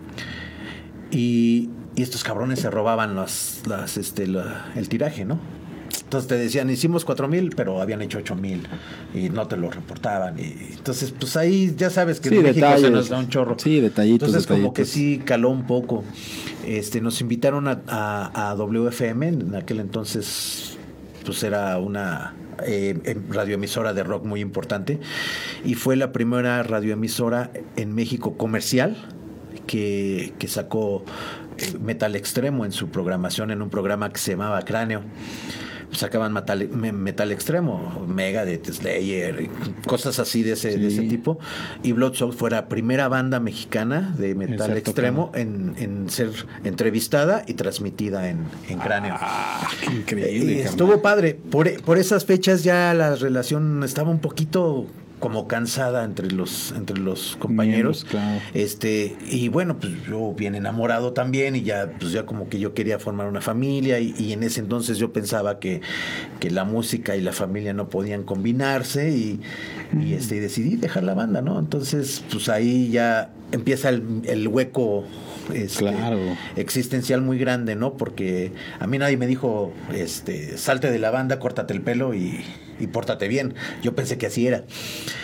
Speaker 2: Y, y estos cabrones se robaban las, las, este, la, el tiraje, ¿no? Entonces te decían, hicimos cuatro mil, pero habían hecho ocho mil y no te lo reportaban. Y entonces, pues ahí ya sabes que
Speaker 1: sí,
Speaker 2: en México
Speaker 1: detalles.
Speaker 2: se nos da un chorro.
Speaker 1: Sí, detallitos.
Speaker 2: Entonces,
Speaker 1: detallitos.
Speaker 2: como que sí caló un poco. Este, nos invitaron a, a, a W F M, en aquel entonces, pues era una eh, radioemisora de rock muy importante. Y fue la primera radioemisora en México comercial que, que sacó eh, metal extremo en su programación, en un programa que se llamaba Cráneo. Sacaban metal, metal extremo, Megadeth, Slayer, cosas así de ese, sí. de ese tipo. Y Bloodsoaked fue la primera banda mexicana de metal extremo en, en ser entrevistada y transmitida en, en Cráneo.
Speaker 1: Ah, qué increíble.
Speaker 2: Eh, estuvo padre. Por, por esas fechas ya la relación estaba un poquito como cansada entre los entre los compañeros.
Speaker 1: Miembros, claro.
Speaker 2: Este, y bueno, pues yo bien enamorado también, y ya pues ya como que yo quería formar una familia, y, y en ese entonces yo pensaba que, que la música y la familia no podían combinarse, y, mm. y este y decidí dejar la banda, ¿no? Entonces, pues ahí ya empieza el, el hueco este,
Speaker 1: claro.
Speaker 2: existencial muy grande, ¿no? Porque a mí nadie me dijo, este, salte de la banda, córtate el pelo y, y pórtate bien. Yo pensé que así era.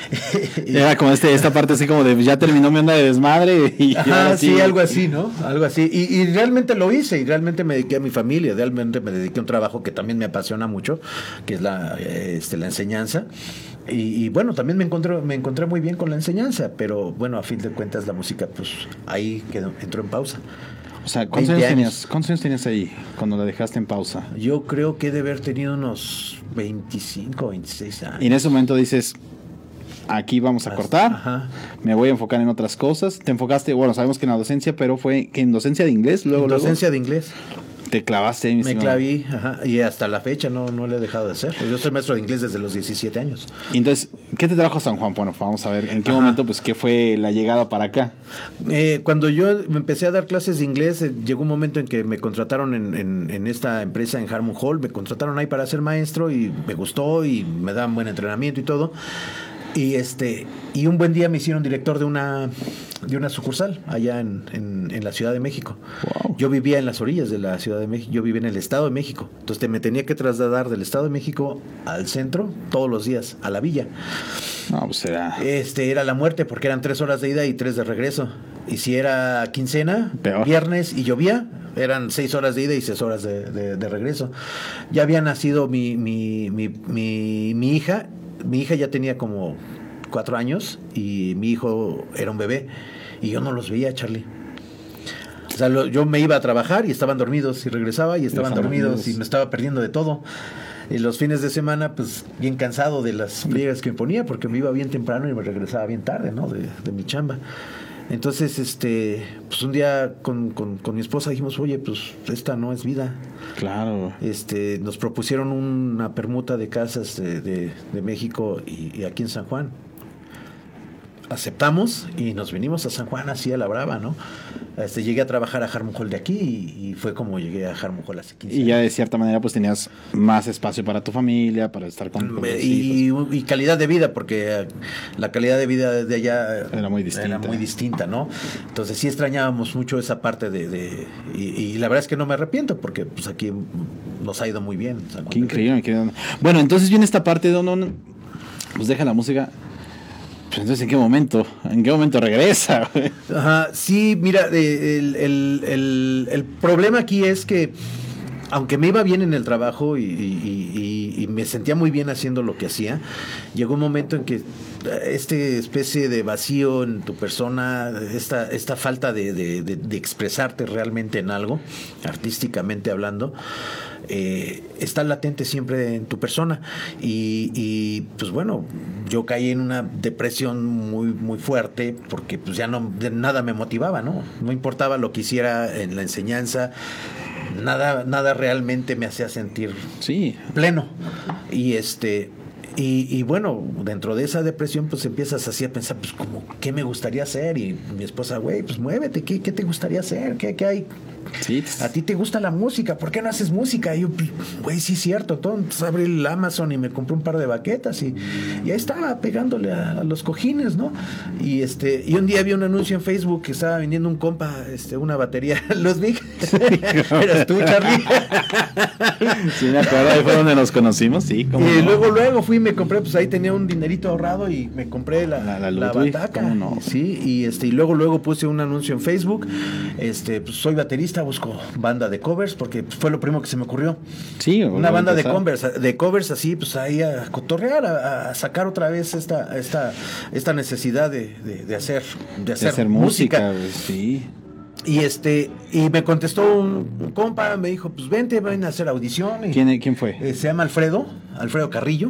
Speaker 1: Era como este, esta parte así como de ya terminó mi onda de desmadre y
Speaker 2: ajá, sí, sí, algo así, ¿no? Algo así. Y, y realmente lo hice, y realmente me dediqué a mi familia, realmente me dediqué a un trabajo que también me apasiona mucho, que es la, este, la enseñanza. Y, y bueno, también me encontré, me encontré muy bien con la enseñanza, pero bueno, a fin de cuentas la música, pues ahí quedó, entró en pausa.
Speaker 1: O sea, ¿cuántos años, tenías, ¿cuántos años tenías ahí cuando la dejaste en pausa?
Speaker 2: Yo creo que he de haber tenido unos veinticinco, veintiséis años.
Speaker 1: Y en ese momento dices, aquí vamos a cortar,
Speaker 2: ajá.
Speaker 1: me voy a enfocar en otras cosas. Te enfocaste, bueno, sabemos que en la docencia, pero fue que en docencia de inglés, luego
Speaker 2: en docencia
Speaker 1: luego,
Speaker 2: de inglés.
Speaker 1: Te clavaste.
Speaker 2: Me claví, ajá, y hasta la fecha no, no lo he dejado de hacer. Yo soy maestro de inglés desde los diecisiete años.
Speaker 1: Entonces, ¿qué te trajo a San Juan? Bueno, vamos a ver, ¿en qué ajá. momento, pues, qué fue la llegada para acá?
Speaker 2: Eh, cuando yo me empecé a dar clases de inglés, eh, llegó un momento en que me contrataron en, en, en esta empresa en Harmon Hall, me contrataron ahí para ser maestro, y me gustó, y me daban buen entrenamiento y todo. Y este y un buen día me hicieron director de una de una sucursal allá en, en, en la Ciudad de México.
Speaker 1: Wow.
Speaker 2: Yo vivía en las orillas de la Ciudad de México, yo vivía en el Estado de México. Entonces te, me tenía que trasladar del Estado de México al centro todos los días, a la villa.
Speaker 1: No, pues era...
Speaker 2: Este, era la muerte, porque eran tres horas de ida y tres de regreso. Y si era quincena,
Speaker 1: peor.
Speaker 2: Viernes y llovía, eran seis horas de ida y seis horas de, de, de regreso. Ya había nacido mi, mi, mi, mi, mi hija. Mi hija ya tenía como cuatro años y mi hijo era un bebé, y yo no los veía, Charlie. O sea, lo, yo me iba a trabajar y estaban dormidos, y regresaba y estaban dormidos, dormidos, y me estaba perdiendo de todo. Y los fines de semana, pues bien cansado de las friegas que me ponía, porque me iba bien temprano y me regresaba bien tarde, ¿no? De, de mi chamba. Entonces, este, pues un día con, con, con mi esposa dijimos, oye, pues esta no es vida.
Speaker 1: Claro.
Speaker 2: Este, nos propusieron una permuta de casas de, de, de México y, y aquí en San Juan. Aceptamos y nos vinimos a San Juan así a la brava, ¿no? Este, llegué a trabajar a Harmon Hall de aquí y, y fue como llegué a Harmon Hall hace quince años.
Speaker 1: Y ya de cierta manera pues tenías más espacio para tu familia, para estar con, con los
Speaker 2: y,
Speaker 1: hijos.
Speaker 2: Y calidad de vida, porque la calidad de vida de allá
Speaker 1: era muy distinta.
Speaker 2: Era muy distinta, ¿no? Entonces sí extrañábamos mucho esa parte de... de y, y la verdad es que no me arrepiento, porque pues aquí nos ha ido muy bien. O sea,
Speaker 1: qué increíble, qué... Bueno, entonces viene esta parte de no, pues deja la música... Pues entonces, ¿en qué momento? ¿En qué momento regresa?
Speaker 2: Ajá, sí, mira, el, el, el, el problema aquí es que, aunque me iba bien en el trabajo y, y, y, y me sentía muy bien haciendo lo que hacía, llegó un momento en que esta especie de vacío en tu persona, esta, esta falta de, de, de, de expresarte realmente en algo, artísticamente hablando, Eh, está latente siempre en tu persona y, y pues bueno, yo caí en una depresión muy muy fuerte porque pues ya no nada me motivaba, no no importaba lo que hiciera en la enseñanza, nada nada realmente me hacía sentir
Speaker 1: sí.
Speaker 2: pleno y este Y, y bueno, dentro de esa depresión pues empiezas así a pensar, pues como, ¿qué me gustaría hacer? Y mi esposa, güey, pues muévete, ¿qué, qué te gustaría hacer? ¿Qué, qué hay?
Speaker 1: Sí.
Speaker 2: A ti te gusta la música, ¿por qué no haces música? Y yo, güey, sí es cierto. Entonces abrí el Amazon y me compré un par de baquetas y, y ahí estaba pegándole a, a los cojines, ¿no? Y este y un día vi un anuncio en Facebook que estaba vendiendo un compa, este, una batería Ludwig. Sí, eras tú, Charlie.
Speaker 1: Sí, me acuerdo, ahí fue donde nos conocimos, sí. ¿Cómo
Speaker 2: y
Speaker 1: no?
Speaker 2: luego, luego fui y me compré, pues ahí tenía un dinerito ahorrado y me compré la,
Speaker 1: la, la,
Speaker 2: la
Speaker 1: Ludwig,
Speaker 2: bataca.
Speaker 1: ¿cómo no?
Speaker 2: Sí, y este, y luego, luego puse un anuncio en Facebook. Este, pues soy baterista, busco banda de covers, porque pues, fue lo primero que se me ocurrió.
Speaker 1: Sí,
Speaker 2: una banda de
Speaker 1: empezar.
Speaker 2: covers, de covers así, pues ahí a cotorrear, a, a sacar otra vez esta, esta, esta necesidad de, de, de hacer, de hacer,
Speaker 1: de hacer música, música. Sí.
Speaker 2: Y este, y me contestó un, un compa, me dijo, pues vente, ven a hacer audición. Y,
Speaker 1: ¿Quién, ¿Quién fue?
Speaker 2: Eh, se llama Alfredo, Alfredo Carrillo.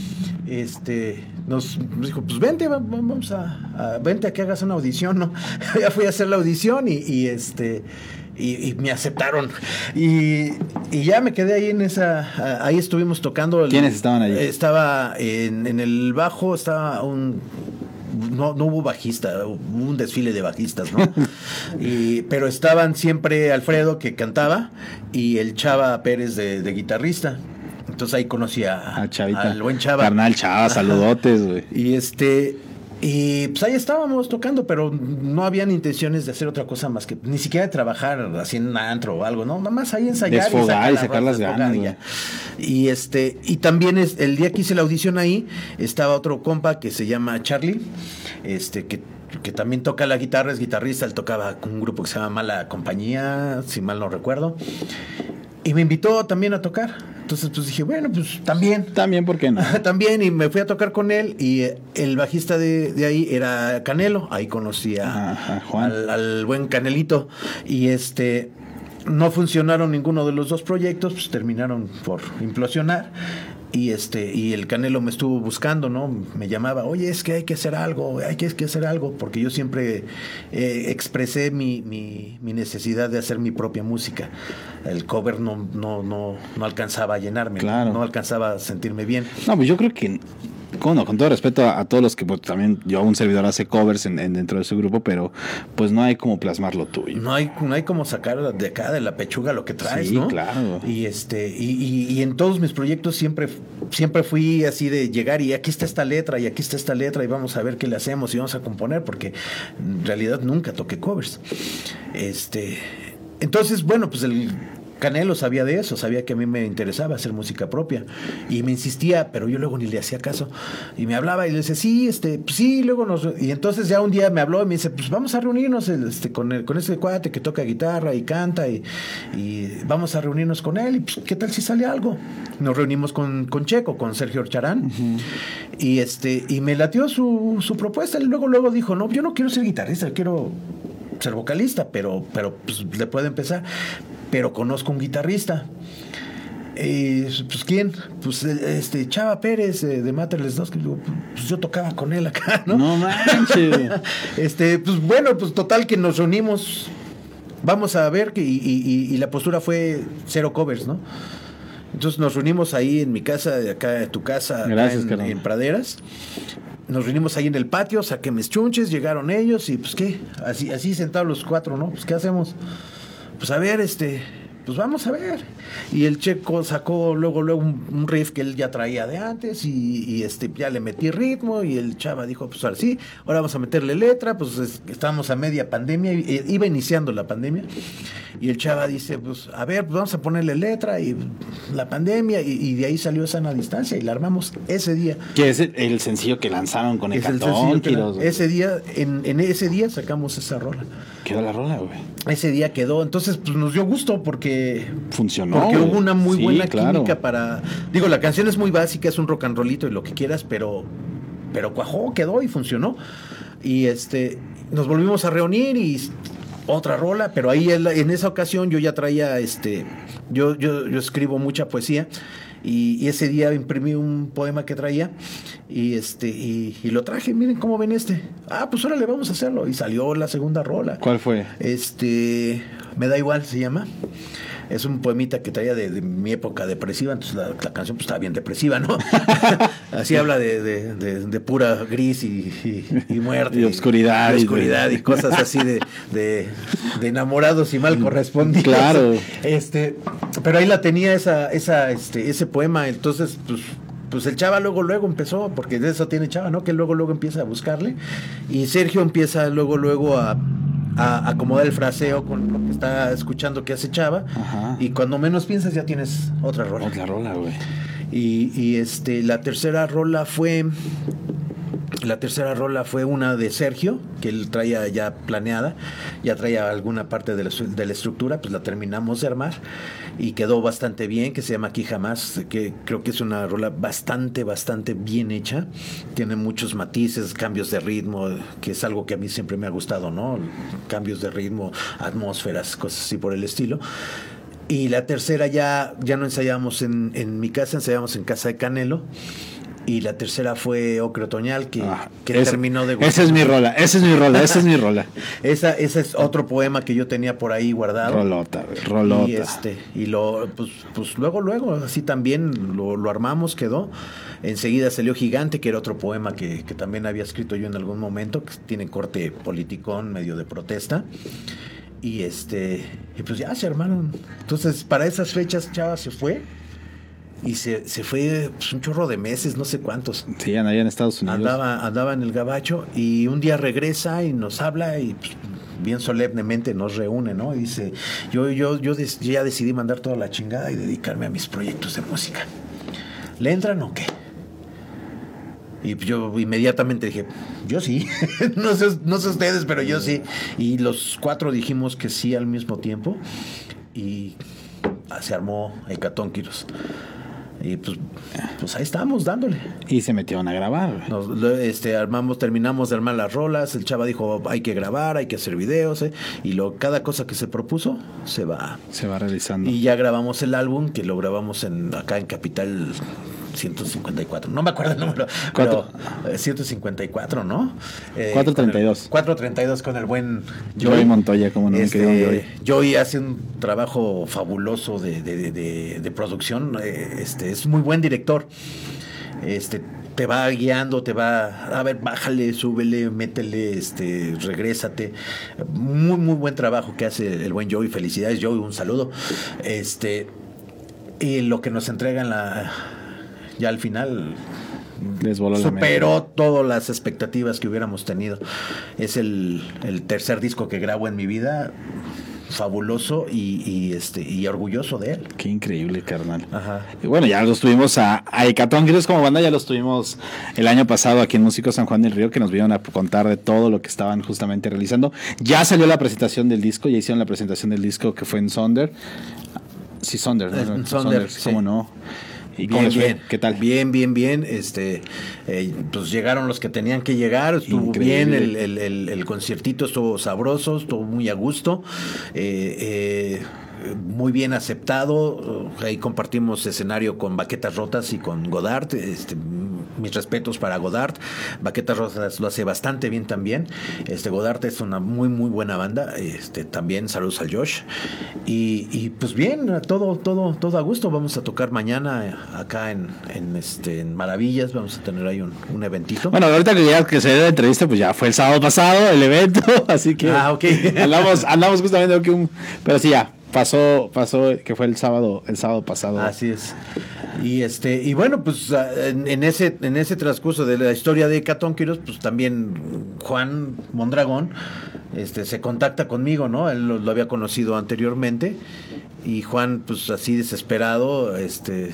Speaker 2: Este, nos, nos dijo, pues vente, vamos a, a, vente a que hagas una audición, ¿no? Ya fui a hacer la audición y, y este, y, y me aceptaron. Y, y ya me quedé ahí en esa, ahí estuvimos tocando. El,
Speaker 1: ¿Quiénes estaban allí?
Speaker 2: Estaba en, en el bajo, estaba un... No, no hubo bajista, hubo un desfile de bajistas, ¿no? y, pero estaban siempre Alfredo, que cantaba, y el Chava Pérez de, de guitarrista. Entonces ahí conocí a,
Speaker 1: a Chavita.
Speaker 2: al buen Chava.
Speaker 1: Carnal Chava, saludotes, güey.
Speaker 2: Y este... Y pues ahí estábamos tocando, pero no habían intenciones de hacer otra cosa más que ni siquiera de trabajar así en un antro o algo, ¿no? Nada más ahí ensayar
Speaker 1: desfogar
Speaker 2: y
Speaker 1: y
Speaker 2: sacar,
Speaker 1: sacar las ganas.
Speaker 2: Y, ya. y este y también es, el día que hice la audición ahí estaba otro compa que se llama Charlie, este que que también toca la guitarra, es guitarrista, él tocaba con un grupo que se llama Mala Compañía, si mal no recuerdo. Y me invitó también a tocar. Entonces pues dije, bueno, pues también.
Speaker 1: También, ¿por qué no?
Speaker 2: También, y me fui a tocar con él. Y el bajista de, de ahí era Canelo. Ahí conocí a,
Speaker 1: Ajá, Juan.
Speaker 2: Al, al buen Canelito. Y este... no funcionaron ninguno de los dos proyectos, pues terminaron por implosionar. Y este y el Canelo me estuvo buscando, ¿no? Me llamaba, oye, es que hay que hacer algo, hay que, hay que hacer algo, porque yo siempre eh, expresé mi, mi, mi necesidad de hacer mi propia música. El cover no, no, no, no alcanzaba a llenarme,
Speaker 1: claro.
Speaker 2: no alcanzaba a sentirme bien.
Speaker 1: No, pues yo creo que... Con, con todo respeto a, a todos los que pues, también yo un servidor hace covers en, en dentro de su grupo, pero pues no hay como plasmar lo tuyo.
Speaker 2: No hay, no hay como sacar de acá de la pechuga lo que traes,
Speaker 1: sí,
Speaker 2: ¿no?
Speaker 1: Claro.
Speaker 2: Y este, y, y, y en todos mis proyectos siempre, siempre fui así de llegar y aquí está esta letra, y aquí está esta letra, y vamos a ver qué le hacemos y vamos a componer, porque en realidad nunca toqué covers. Este, entonces, bueno, pues el Canelo sabía de eso, sabía que a mí me interesaba hacer música propia y me insistía, pero yo luego ni le hacía caso y me hablaba y le decía, sí, este, pues sí, luego nos... Y entonces ya un día me habló y me dice, pues vamos a reunirnos este, con el, con ese cuate que toca guitarra y canta y, y vamos a reunirnos con él y pues, ¿qué tal si sale algo? Nos reunimos con, con Checo, con Sergio Orcharán. Uh-huh. y este y me latió su, su propuesta y luego, luego dijo, no, yo no quiero ser guitarrista, quiero ser vocalista, pero, pero pues, le puedo empezar, pero conozco un guitarrista. Y, pues, ¿quién? Pues, este, Chava Pérez, eh, de Materles dos, que digo, pues yo tocaba con él acá, ¿no?
Speaker 1: No manches.
Speaker 2: este, pues, bueno, pues, total que nos reunimos, vamos a ver, que, y, y, y la postura fue cero covers, ¿no? Entonces nos reunimos ahí en mi casa, acá en tu casa,
Speaker 1: Gracias,
Speaker 2: acá en, en Praderas. Nos reunimos ahí en el patio, saqué mis chunches, llegaron ellos y pues qué, así, así sentados los cuatro, ¿no? Pues ¿qué hacemos? Pues a ver, este, pues vamos a ver. Y el Checo sacó luego, luego un, un riff que él ya traía de antes y, y este, ya le metí ritmo y el Chava dijo, pues ahora sí, ahora vamos a meterle letra, pues es, estábamos a media pandemia, y, iba iniciando la pandemia. Y el Chava dice, pues, a ver, pues vamos a ponerle letra y la pandemia, y, y de ahí salió Sana Distancia y la armamos ese día.
Speaker 1: Que es el, el sencillo que lanzaron con Hecatónquiros.
Speaker 2: Ese día, en, en ese día sacamos esa rola.
Speaker 1: Quedó la rola, güey.
Speaker 2: Ese día quedó, entonces pues nos dio gusto porque
Speaker 1: funcionó.
Speaker 2: Porque hubo una muy
Speaker 1: sí,
Speaker 2: buena
Speaker 1: claro.
Speaker 2: química para, digo, la canción es muy básica, es un rock and rollito y lo que quieras, pero pero cuajó, quedó y funcionó. Y este nos volvimos a reunir y otra rola, pero ahí en esa ocasión yo ya traía este yo yo yo escribo mucha poesía. Y, y ese día imprimí un poema que traía y este y, y lo traje. Miren cómo ven este. Ah, pues ahora le vamos a hacerlo. Y salió la segunda rola.
Speaker 1: ¿Cuál fue?
Speaker 2: Este, Me da igual, se llama. Es un poemita que traía de, de mi época depresiva, entonces la, la canción pues estaba bien depresiva, ¿no? Así habla de, de, de, de pura gris y, y, y muerte.
Speaker 1: Y obscuridad.
Speaker 2: Y, y oscuridad y cosas así de, de, de enamorados y mal correspondidos.
Speaker 1: Claro.
Speaker 2: Este, pero ahí la tenía esa, esa, este, ese poema, entonces pues... Pues el Chava luego, luego empezó, porque de eso tiene Chava, ¿no? Que luego, luego empieza a buscarle. Y Sergio empieza luego, luego a, a acomodar el fraseo con lo que está escuchando que hace Chava.
Speaker 1: Ajá.
Speaker 2: Y cuando menos piensas ya tienes otra rola.
Speaker 1: Otra rola, güey.
Speaker 2: Y, y este, la tercera rola fue... La tercera rola fue una de Sergio, que él traía ya planeada, ya traía alguna parte de la, de la estructura, pues la terminamos de armar y quedó bastante bien, que se llama Aquí Jamás, que creo que es una rola bastante, bastante bien hecha, tiene muchos matices, cambios de ritmo, que es algo que a mí siempre me ha gustado, ¿no? Cambios de ritmo, atmósferas, cosas así por el estilo. Y la tercera ya, ya no ensayamos en, en mi casa, ensayamos en casa de Canelo. Y la tercera fue Ocre Otoñal, que, ah, que ese, terminó de gustar.
Speaker 1: Esa es mi rola, esa es mi rola, esa es mi rola.
Speaker 2: Esa, ese es otro poema que yo tenía por ahí guardado.
Speaker 1: Rolota, rolota.
Speaker 2: Y este, y lo, pues, pues luego, luego, así también lo, lo armamos, quedó. Enseguida salió Gigante, que era otro poema que, que también había escrito yo en algún momento, que tiene corte politicón, medio de protesta. Y este, y pues ya se armaron. Entonces, para esas fechas, Chava se fue. Y se, se fue pues, un chorro de meses, no sé cuántos.
Speaker 1: Sí, andaba en Estados Unidos.
Speaker 2: Andaba, andaba en el gabacho y un día regresa y nos habla y pues, bien solemnemente nos reúne, ¿no? Y dice, yo, yo, yo, des, yo ya decidí mandar toda la chingada y dedicarme a mis proyectos de música. ¿Le entran o qué? Y yo inmediatamente dije, yo sí. no, sé, no sé ustedes, pero yo sí. Y los cuatro dijimos que sí al mismo tiempo. Y se armó Hecatónquiros. Y pues, pues ahí estábamos dándole.
Speaker 1: Y se metieron a grabar.
Speaker 2: Nos, este, armamos, terminamos de armar las rolas. El Chava dijo, hay que grabar, hay que hacer videos. ¿eh? Y lo, cada cosa que se propuso se va.
Speaker 1: Se va realizando.
Speaker 2: Y ya grabamos el álbum, que lo grabamos en acá en Capital ciento cincuenta y cuatro. No me acuerdo el número. Pero, eh, ciento cincuenta y cuatro, ¿no?
Speaker 1: Eh, cuatrocientos treinta y dos.
Speaker 2: cuatrocientos treinta y dos con el buen
Speaker 1: Joey Montoya, como no
Speaker 2: este,
Speaker 1: me quedó Joey.
Speaker 2: Joey hace un trabajo fabuloso de, de, de, de producción. Este, es muy buen director. Este te va guiando, te va a ver, bájale, súbele, métele, este, regrésate. Muy, muy buen trabajo que hace el buen Joey. Felicidades, Joey, un saludo. Este, y lo que nos entrega en la ya al final
Speaker 1: Les voló
Speaker 2: superó
Speaker 1: la mente.
Speaker 2: todas las expectativas que hubiéramos tenido. Es el, el tercer disco que grabo en mi vida. Fabuloso y, y este y orgulloso de él.
Speaker 1: Qué increíble, carnal.
Speaker 2: Ajá.
Speaker 1: Y bueno, ya los tuvimos a, a Hecatónquiros como banda, ya los tuvimos el año pasado aquí en Músicos San Juan del Río, que nos vinieron a contar de todo lo que estaban justamente realizando. Ya salió la presentación del disco, ya hicieron la presentación del disco que fue en Sonder. Sí, Sonder, ¿no?
Speaker 2: En Sonder, sí.
Speaker 1: ¿Cómo no? ¿Y
Speaker 2: bien, bien.
Speaker 1: ¿Qué tal?
Speaker 2: Bien, bien, bien. Este, eh, pues llegaron los que tenían que llegar. Estuvo
Speaker 1: Increíble.
Speaker 2: bien. El, el, el, el conciertito estuvo sabroso, estuvo muy a gusto. Eh, eh, muy bien aceptado. Ahí compartimos escenario con Baquetas Rotas y con Godard. Este, mis respetos para Godard. Baquetas Rotas lo hace bastante bien también. Este, Godard es una muy muy buena banda. Este, también saludos al Josh. Y, y pues bien, todo todo todo a gusto. Vamos a tocar mañana acá en, en este en Maravillas. Vamos a tener ahí un, un eventito.
Speaker 1: Bueno, ahorita que ya que se dio la entrevista, pues ya fue el sábado pasado el evento, así que
Speaker 2: ah, ok.
Speaker 1: andamos andamos justamente que un, pero sí ya pasó pasó que fue el sábado el sábado pasado.
Speaker 2: Así es. Y este y bueno, pues en, en ese en ese transcurso de la historia de Hecatónquiros, pues también Juan Mondragón este se contacta conmigo, ¿no? Él lo, lo había conocido anteriormente y Juan pues así desesperado, este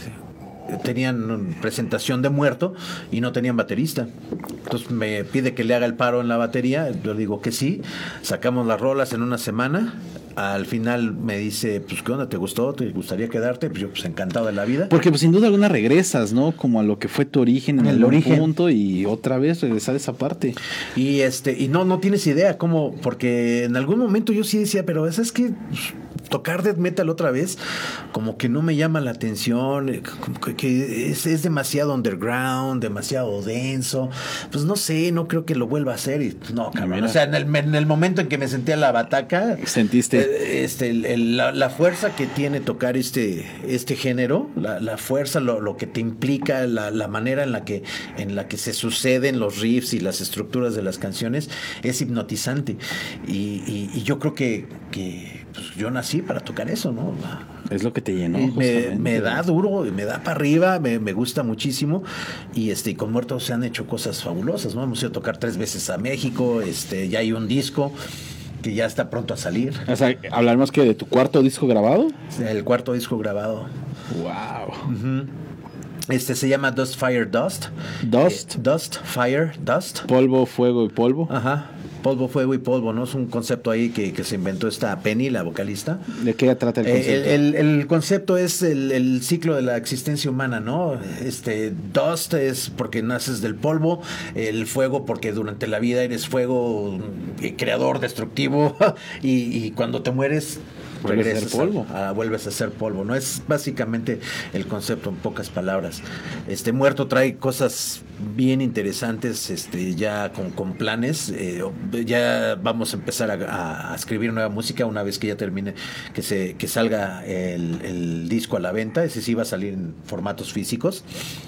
Speaker 2: tenían presentación de Muerto y no tenían baterista. Entonces me pide que le haga el paro en la batería. Yo digo que sí. Sacamos las rolas en una semana. Al final me dice, pues, ¿qué onda? ¿Te gustó? ¿Te gustaría quedarte? Pues yo, pues, encantado de la vida.
Speaker 1: Porque, pues, sin duda alguna regresas, ¿no? Como a lo que fue tu origen en el, el origen. Punto y otra vez regresar a esa parte.
Speaker 2: Y este y no no tienes idea cómo, porque en algún momento yo sí decía, pero ¿sabes qué? Tocar death metal otra vez, como que no me llama la atención, como que, que es, es demasiado underground, demasiado denso. Pues no sé, no creo que lo vuelva a hacer. Y pues, no, cabrón. O sea, en el, en el momento en que me senté a la bataca,
Speaker 1: sentiste
Speaker 2: este, el, el, la, la fuerza que tiene tocar este, este género, la, la fuerza, lo, lo que te implica, la, la manera en la que, en la que se suceden los riffs y las estructuras de las canciones, es hipnotizante. Y, y, y yo creo que, que pues, yo nací para tocar eso, ¿no?
Speaker 1: Es lo que te llenó.
Speaker 2: Me, me da duro, me da para arriba, me, me gusta muchísimo. Y este, y con Muerto se han hecho cosas fabulosas, ¿no? Hemos ido a tocar tres veces a México, este, ya hay un disco que ya está pronto a salir.
Speaker 1: O sea, ¿hablaremos que de tu cuarto disco grabado?
Speaker 2: El cuarto disco grabado.
Speaker 1: Wow.
Speaker 2: Uh-huh. Este se llama Dust, Fire, Dust.
Speaker 1: Dust.
Speaker 2: Eh, Dust, Fire, Dust.
Speaker 1: Polvo, fuego y polvo.
Speaker 2: Ajá. Polvo, fuego y polvo, ¿no? Es un concepto ahí que, que se inventó esta Penny, la vocalista.
Speaker 1: ¿De qué trata el concepto?
Speaker 2: Eh, el, el, el concepto es el, el ciclo de la existencia humana, ¿no? Este, dust es porque naces del polvo, el fuego porque durante la vida eres fuego, eh, creador, destructivo, y, y cuando te mueres
Speaker 1: vuelves a ser polvo.
Speaker 2: A, a, vuelves a ser polvo, ¿no? Es básicamente el concepto en pocas palabras. Este Muerto trae cosas bien interesantes, este, ya con, con planes. Eh, ya vamos a empezar a, a escribir nueva música una vez que ya termine, que se, que salga el, el disco a la venta. Ese sí va a salir en formatos físicos.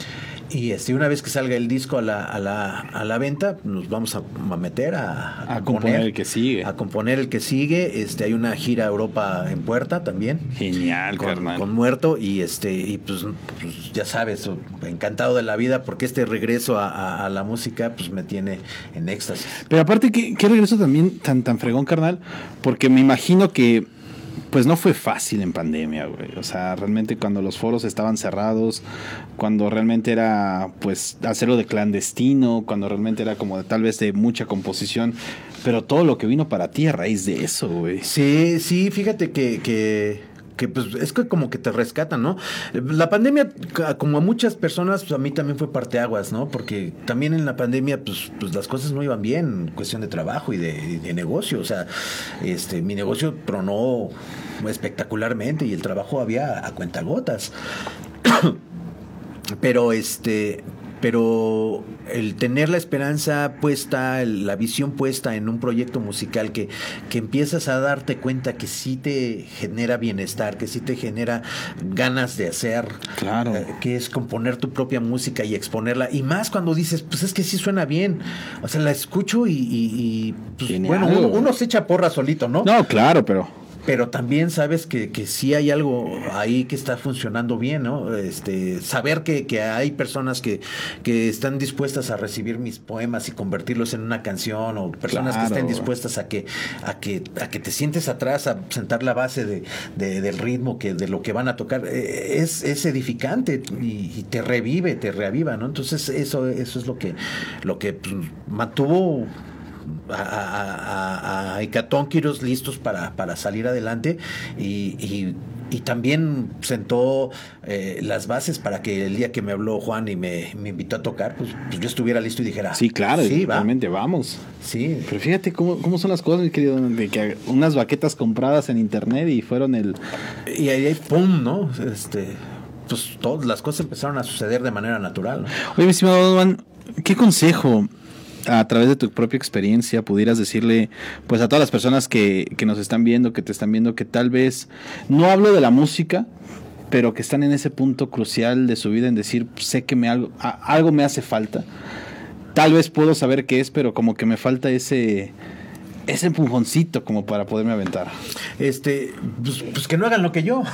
Speaker 2: Y este, una vez que salga el disco a la, a la, a la venta, nos vamos a, a meter a,
Speaker 1: a, a componer, componer el que sigue.
Speaker 2: A componer el que sigue. Este, hay una gira a Europa en puerta también.
Speaker 1: Genial,
Speaker 2: con,
Speaker 1: carnal.
Speaker 2: Con Muerto. Y este, y pues, pues ya sabes, encantado de la vida, porque este regreso a, a, a la música, pues me tiene en éxtasis.
Speaker 1: Pero aparte, ¿qué, qué regreso también tan, tan fregón, carnal? Porque me imagino que pues no fue fácil en pandemia, güey. O sea, realmente cuando los foros estaban cerrados, cuando realmente era, pues, hacerlo de clandestino, cuando realmente era como de, tal vez de mucha composición, pero todo lo que vino para ti a raíz de eso, güey.
Speaker 2: Sí, sí, fíjate que... que... que pues es que como que te rescatan, ¿no? La pandemia, como a muchas personas, pues a mí también fue parteaguas, ¿no? Porque también en la pandemia, pues, pues las cosas no iban bien en cuestión de trabajo y de, de negocio. O sea, este, mi negocio tronó espectacularmente y el trabajo había a cuentagotas. Pero este... pero el tener la esperanza puesta, el, la visión puesta en un proyecto musical que, que empiezas a darte cuenta que sí te genera bienestar, que sí te genera ganas de hacer,
Speaker 1: claro,
Speaker 2: eh, que es componer tu propia música y exponerla, y más cuando dices, pues es que sí suena bien, o sea, la escucho y, y, y pues, bueno, uno, uno se echa porra solito, ¿no?
Speaker 1: No, claro, pero...
Speaker 2: pero también sabes que, que sí hay algo ahí que está funcionando bien, ¿no? Este, saber que, que hay personas que, que están dispuestas a recibir mis poemas y convertirlos en una canción, o personas claro, que estén dispuestas a que, a que, a que te sientes atrás, a sentar la base de, de, del ritmo, que, de lo que van a tocar, es, es edificante y, y te revive, te reaviva, ¿no? Entonces eso, eso es lo que, lo que pues, mantuvo a, a, a, a Hecatónquiros listos para, para salir adelante, y, y, y también sentó eh, las bases para que el día que me habló Juan y me, me invitó a tocar, pues, pues yo estuviera listo y dijera,
Speaker 1: Sí, claro,
Speaker 2: sí, va.
Speaker 1: realmente vamos.
Speaker 2: Sí.
Speaker 1: Pero fíjate cómo, cómo son las cosas, mi querido, de que unas baquetas compradas en internet y fueron el...
Speaker 2: Y ahí, ahí, pum, ¿no? Este, pues todas las cosas empezaron a suceder de manera natural, ¿no?
Speaker 1: Oye, mi estimado Donovan, ¿qué consejo a través de tu propia experiencia pudieras decirle pues a todas las personas que, que nos están viendo, que te están viendo, que tal vez, no hablo de la música, pero que están en ese punto crucial de su vida en decir, sé que me algo, a, algo me hace falta, tal vez puedo saber qué es, pero como que me falta ese... ese empujoncito como para poderme aventar?
Speaker 2: Este, pues, pues que no hagan lo que yo.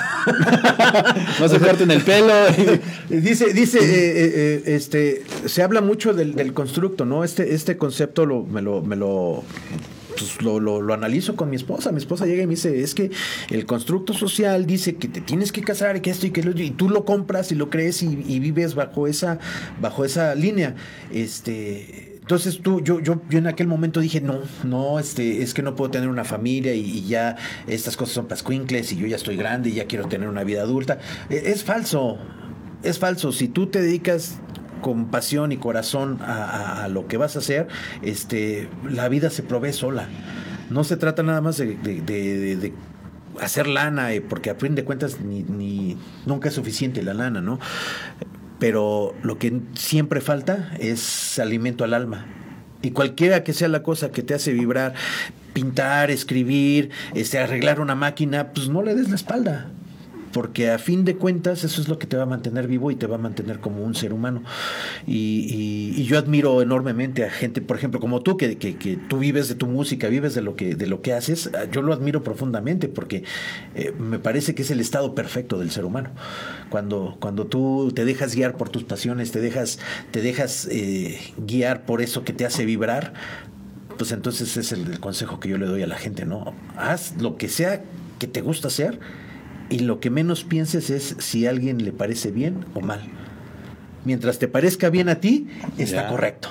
Speaker 1: No se corten el pelo.
Speaker 2: dice, dice, eh, eh, este, se habla mucho del, del constructo, ¿no? Este, este concepto lo, me lo, me lo, pues lo, lo, lo analizo con mi esposa. Mi esposa llega y me dice, es que el constructo social dice que te tienes que casar y que esto y que lo otro, y tú lo compras y lo crees y, y vives bajo esa, bajo esa línea. Este. Entonces tú, yo, yo, yo en aquel momento dije, no, no, este, es que no puedo tener una familia y, y ya estas cosas son pascuincles y yo ya estoy grande y ya quiero tener una vida adulta. Es, es falso, es falso. Si tú te dedicas con pasión y corazón a, a, a lo que vas a hacer, este, la vida se provee sola. No se trata nada más de, de, de, de, de hacer lana, eh, porque a fin de cuentas ni, ni, nunca es suficiente la lana, ¿no? Pero lo que siempre falta es alimento al alma. Y cualquiera que sea la cosa que te hace vibrar, pintar, escribir, este, arreglar una máquina, pues no le des la espalda. Porque a fin de cuentas eso es lo que te va a mantener vivo y te va a mantener como un ser humano. Y, y, y yo admiro enormemente a gente, por ejemplo, como tú, que, que, que tú vives de tu música, vives de lo que, de lo que haces. Yo lo admiro profundamente porque eh, me parece que es el estado perfecto del ser humano. Cuando, cuando tú te dejas guiar por tus pasiones, te dejas, te dejas eh, guiar por eso que te hace vibrar, pues entonces es el, el consejo que yo le doy a la gente, ¿no? Haz lo que sea que te gusta hacer, y lo que menos pienses es si a alguien le parece bien o mal. Mientras te parezca bien a ti, está
Speaker 1: Ya.
Speaker 2: correcto.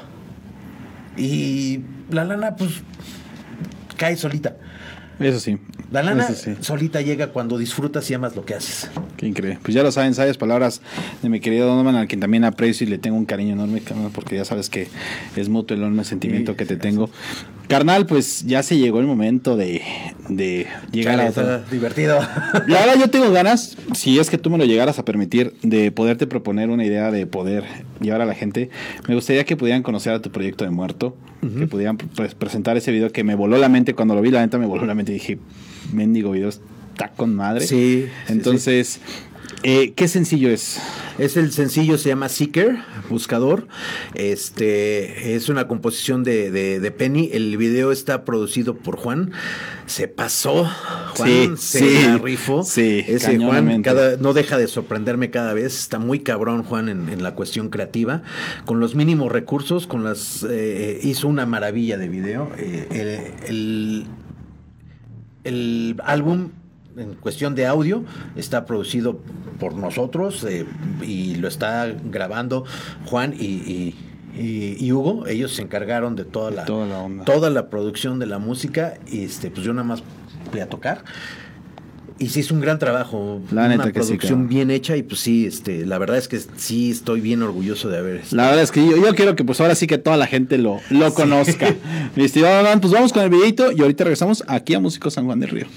Speaker 2: Y la lana, pues, cae solita.
Speaker 1: Eso sí.
Speaker 2: La lana
Speaker 1: Eso sí.
Speaker 2: solita llega cuando disfrutas y amas lo que haces.
Speaker 1: Qué increíble. Pues ya lo saben, sabias palabras de mi querido Donovan, al quien también aprecio y le tengo un cariño enorme, carnal, porque ya sabes que es mutuo el enorme sentimiento
Speaker 2: Sí,
Speaker 1: que te
Speaker 2: sí,
Speaker 1: tengo. Carnal, pues ya se llegó el momento de, de llegar
Speaker 2: Chale,
Speaker 1: a otra.
Speaker 2: está divertido.
Speaker 1: La verdad yo tengo ganas, si es que tú me lo llegaras a permitir, de poderte proponer una idea de poder llevar a la gente. Me gustaría que pudieran conocer a tu proyecto de Muerto, uh-huh. que pudieran pues, presentar ese video que me voló la mente cuando lo vi, la neta me voló la mente y dije, mendigo video, está con madre.
Speaker 2: Sí.
Speaker 1: Entonces,
Speaker 2: sí, sí.
Speaker 1: Eh, ¿qué sencillo es?
Speaker 2: Es el sencillo, se llama Seeker, Buscador. Este es una composición de, de, de Penny. El video está producido por Juan. Se pasó. Juan
Speaker 1: sí,
Speaker 2: se
Speaker 1: sí,
Speaker 2: la rifó.
Speaker 1: Sí,
Speaker 2: Ese Juan cada, no deja de sorprenderme cada vez. Está muy cabrón Juan en, en la cuestión creativa. Con los mínimos recursos, con las eh, hizo una maravilla de video. Eh, el, el, el álbum, en cuestión de audio, está producido por nosotros eh, y lo está grabando Juan y, y, y, y Hugo. Ellos se encargaron de toda la,
Speaker 1: toda la onda.
Speaker 2: toda la producción de la música y este, pues yo nada más voy a tocar. Y sí es un gran trabajo,
Speaker 1: la
Speaker 2: una
Speaker 1: neta que
Speaker 2: producción
Speaker 1: sí,
Speaker 2: bien hecha y pues sí, este, la verdad es que sí estoy bien orgulloso de haber.
Speaker 1: La verdad es que yo, yo quiero que pues ahora sí que toda la gente lo, lo conozca. Sí. Mi estimado Donovan, pues vamos con el videito y ahorita regresamos aquí a Músicos San Juan del Río.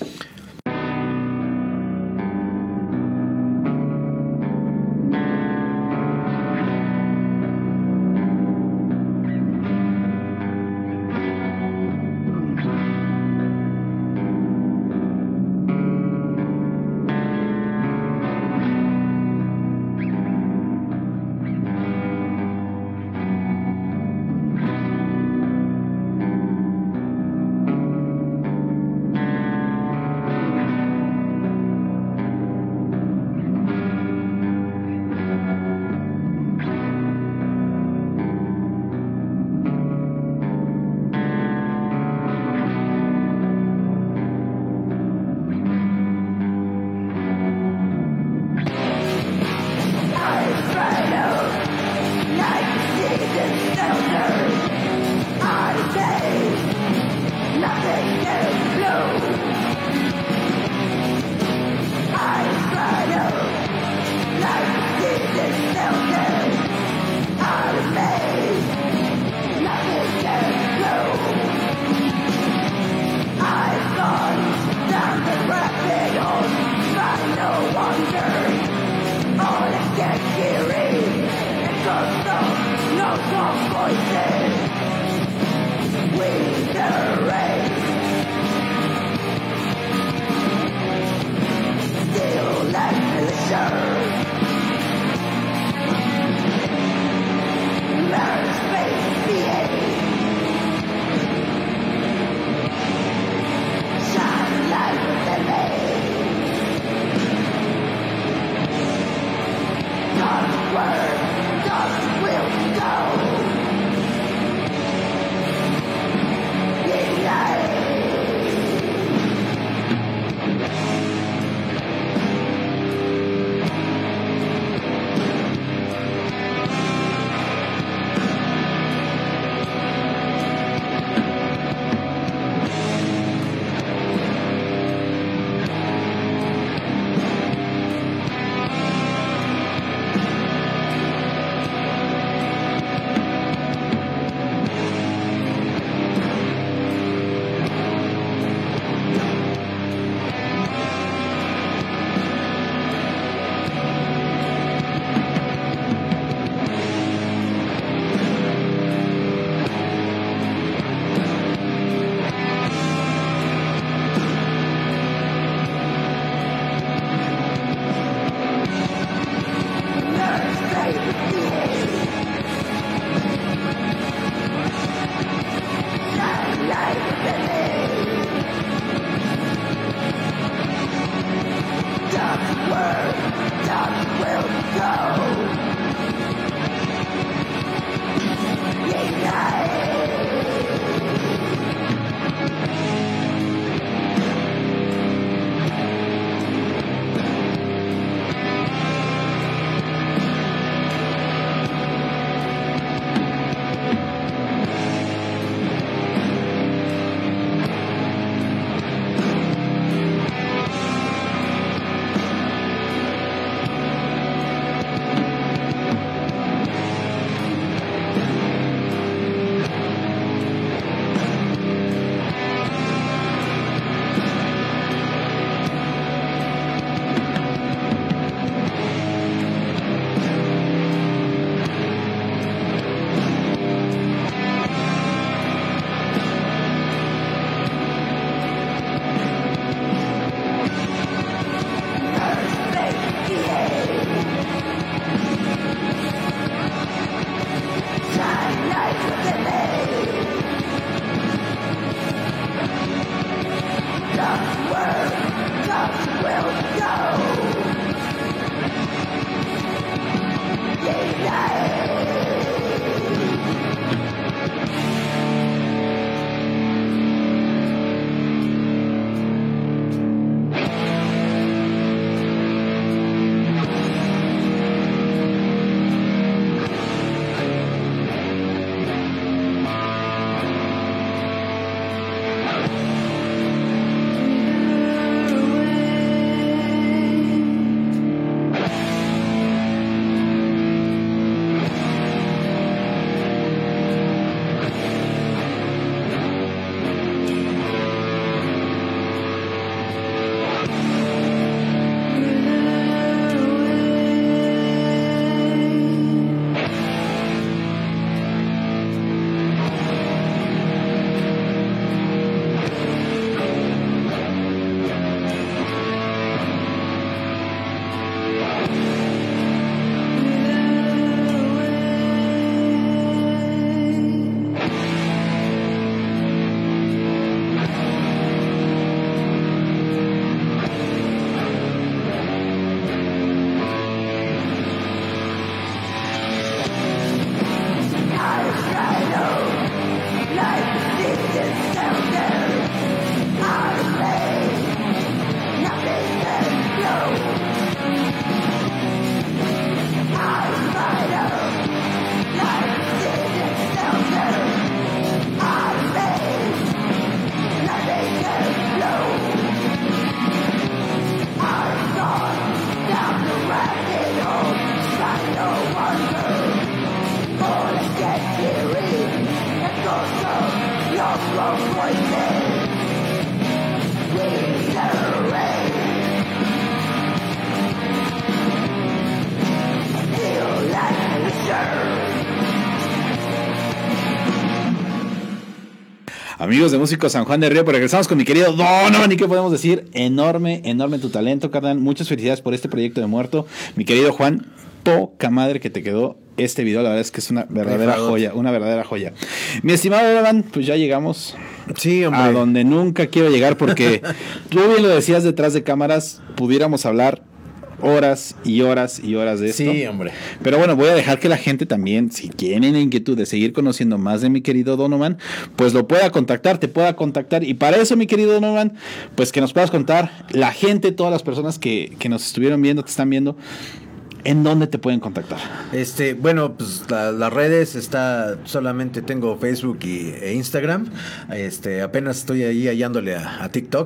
Speaker 1: Amigos de Músicos San Juan del Río, pues regresamos con mi querido Donovan. ¿Y qué podemos decir? Enorme, enorme tu talento, carnal. Muchas felicidades por este proyecto de Muerto. Mi querido Juan, poca madre que te quedó este video. La verdad es que es una verdadera joya, una verdadera joya. Mi estimado Donovan, pues ya llegamos
Speaker 2: sí, hombre.
Speaker 1: a donde nunca quiero llegar, porque tú bien lo decías detrás de cámaras, pudiéramos hablar horas y horas y horas de esto.
Speaker 2: Sí, hombre.
Speaker 1: Pero bueno, voy a dejar que la gente también, si tienen inquietud de seguir conociendo más de mi querido Donovan, pues lo pueda contactar, te pueda contactar. Y para eso, mi querido Donovan, pues que nos puedas contar, la gente, todas las personas que, que nos estuvieron viendo, te están viendo, ¿en dónde te pueden contactar?
Speaker 2: Este, bueno, pues la, las redes está, solamente tengo Facebook y, e Instagram. Este, apenas estoy ahí hallándole a, a TikTok.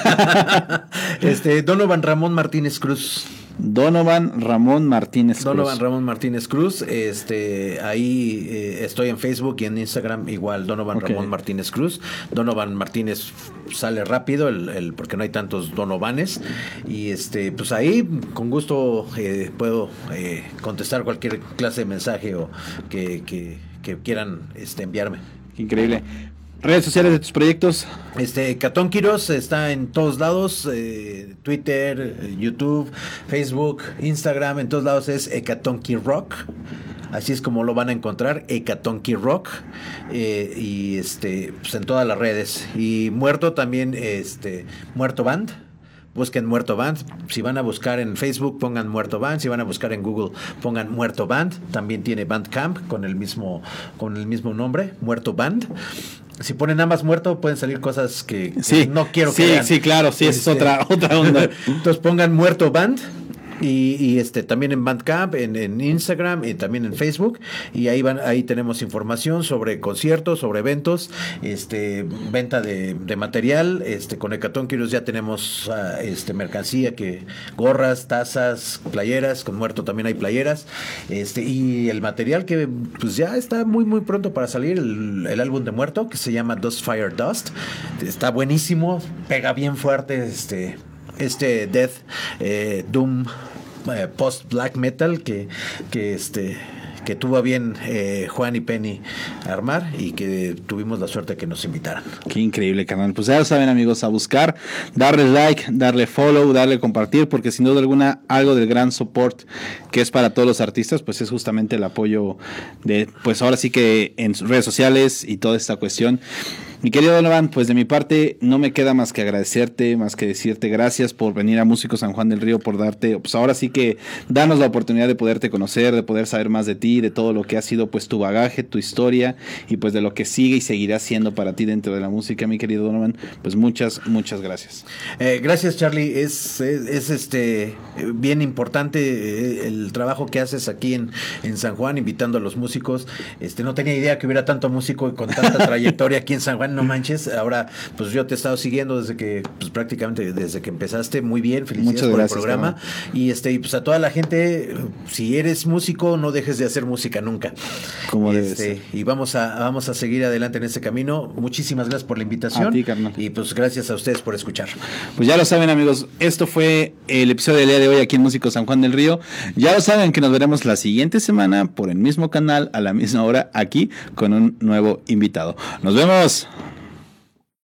Speaker 2: este, Donovan Ramón Martínez Cruz.
Speaker 1: Donovan Ramón Martínez Cruz.
Speaker 2: Donovan Ramón Martínez Cruz. Este, ahí eh, estoy en Facebook y en Instagram igual, Donovan okay. Ramón Martínez Cruz. Donovan Martínez sale rápido, el, el porque no hay tantos Donovanes. Y este, pues ahí con gusto eh, puedo eh, contestar cualquier clase de mensaje o que, que, que quieran este, enviarme.
Speaker 1: Increíble. Redes sociales de tus proyectos.
Speaker 2: Este, Catón Quiroz está en todos lados, eh, Twitter, YouTube, Facebook, Instagram, en todos lados es Hecatonqui Rock. Así es como lo van a encontrar, Hecatonqui Rock, eh, y este, pues en todas las redes. Y Muerto también, este, Muerto Band. Busquen Muerto Band. Si van a buscar en Facebook, pongan Muerto Band. Si van a buscar en Google, pongan Muerto Band. También tiene Bandcamp con el mismo, con el mismo nombre, Muerto Band. Si ponen ambas Muerto, pueden salir cosas que, que
Speaker 1: sí,
Speaker 2: no quiero
Speaker 1: sí,
Speaker 2: que vean.
Speaker 1: Sí, claro, sí, este, es otra, otra onda.
Speaker 2: Entonces pongan Muerto Band. Y, y este también en Bandcamp, en, en Instagram y también en Facebook, y ahí van, ahí tenemos información sobre conciertos, sobre eventos, este venta de, de material, este con Hecatonqui Quiroz ya tenemos uh, este mercancía, que gorras, tazas, playeras, con Muerto también hay playeras, este y el material que pues ya está muy muy pronto para salir, el, el álbum de Muerto, que se llama Dust Fire Dust, está buenísimo, pega bien fuerte, este este death, eh, doom, eh, post black metal que, que este que tuvo bien eh, Juan y Penny armar y que tuvimos la suerte que nos invitaran.
Speaker 1: Qué increíble, carnal. Pues ya lo saben, amigos, a buscar, darle like, darle follow, darle compartir, porque sin duda alguna algo del gran support que es para todos los artistas, pues es justamente el apoyo de, pues ahora sí que en redes sociales y toda esta cuestión. Mi querido Donovan, pues de mi parte no me queda más que agradecerte, más que decirte gracias por venir a Músicos San Juan del Río, por darte, pues ahora sí que darnos la oportunidad de poderte conocer, de poder saber más de ti, de todo lo que ha sido pues tu bagaje, tu historia y pues de lo que sigue y seguirá siendo para ti dentro de la música, mi querido Donovan. Pues muchas, muchas gracias.
Speaker 2: Eh, gracias, Charlie. Es, es, es este bien importante eh, el trabajo que haces aquí en, en San Juan, invitando a los músicos. Este, no tenía idea que hubiera tanto músico con tanta trayectoria aquí en San Juan. No manches, ahora pues yo te he estado siguiendo desde que pues prácticamente desde que empezaste, muy bien, felicidades por gracias, el programa, hermano. Y este y pues a toda la gente, si eres músico, no dejes de hacer música nunca.
Speaker 1: Como
Speaker 2: este,
Speaker 1: debe ser.
Speaker 2: Y vamos a vamos a seguir adelante en ese camino. Muchísimas gracias por la invitación.
Speaker 1: A ti, carnal.
Speaker 2: Y pues gracias a ustedes por escuchar.
Speaker 1: Pues ya lo saben, amigos, esto fue el episodio del día de hoy aquí en Músicos San Juan del Río. Ya lo saben que nos veremos la siguiente semana por el mismo canal, a la misma hora, aquí con un nuevo invitado. Nos vemos.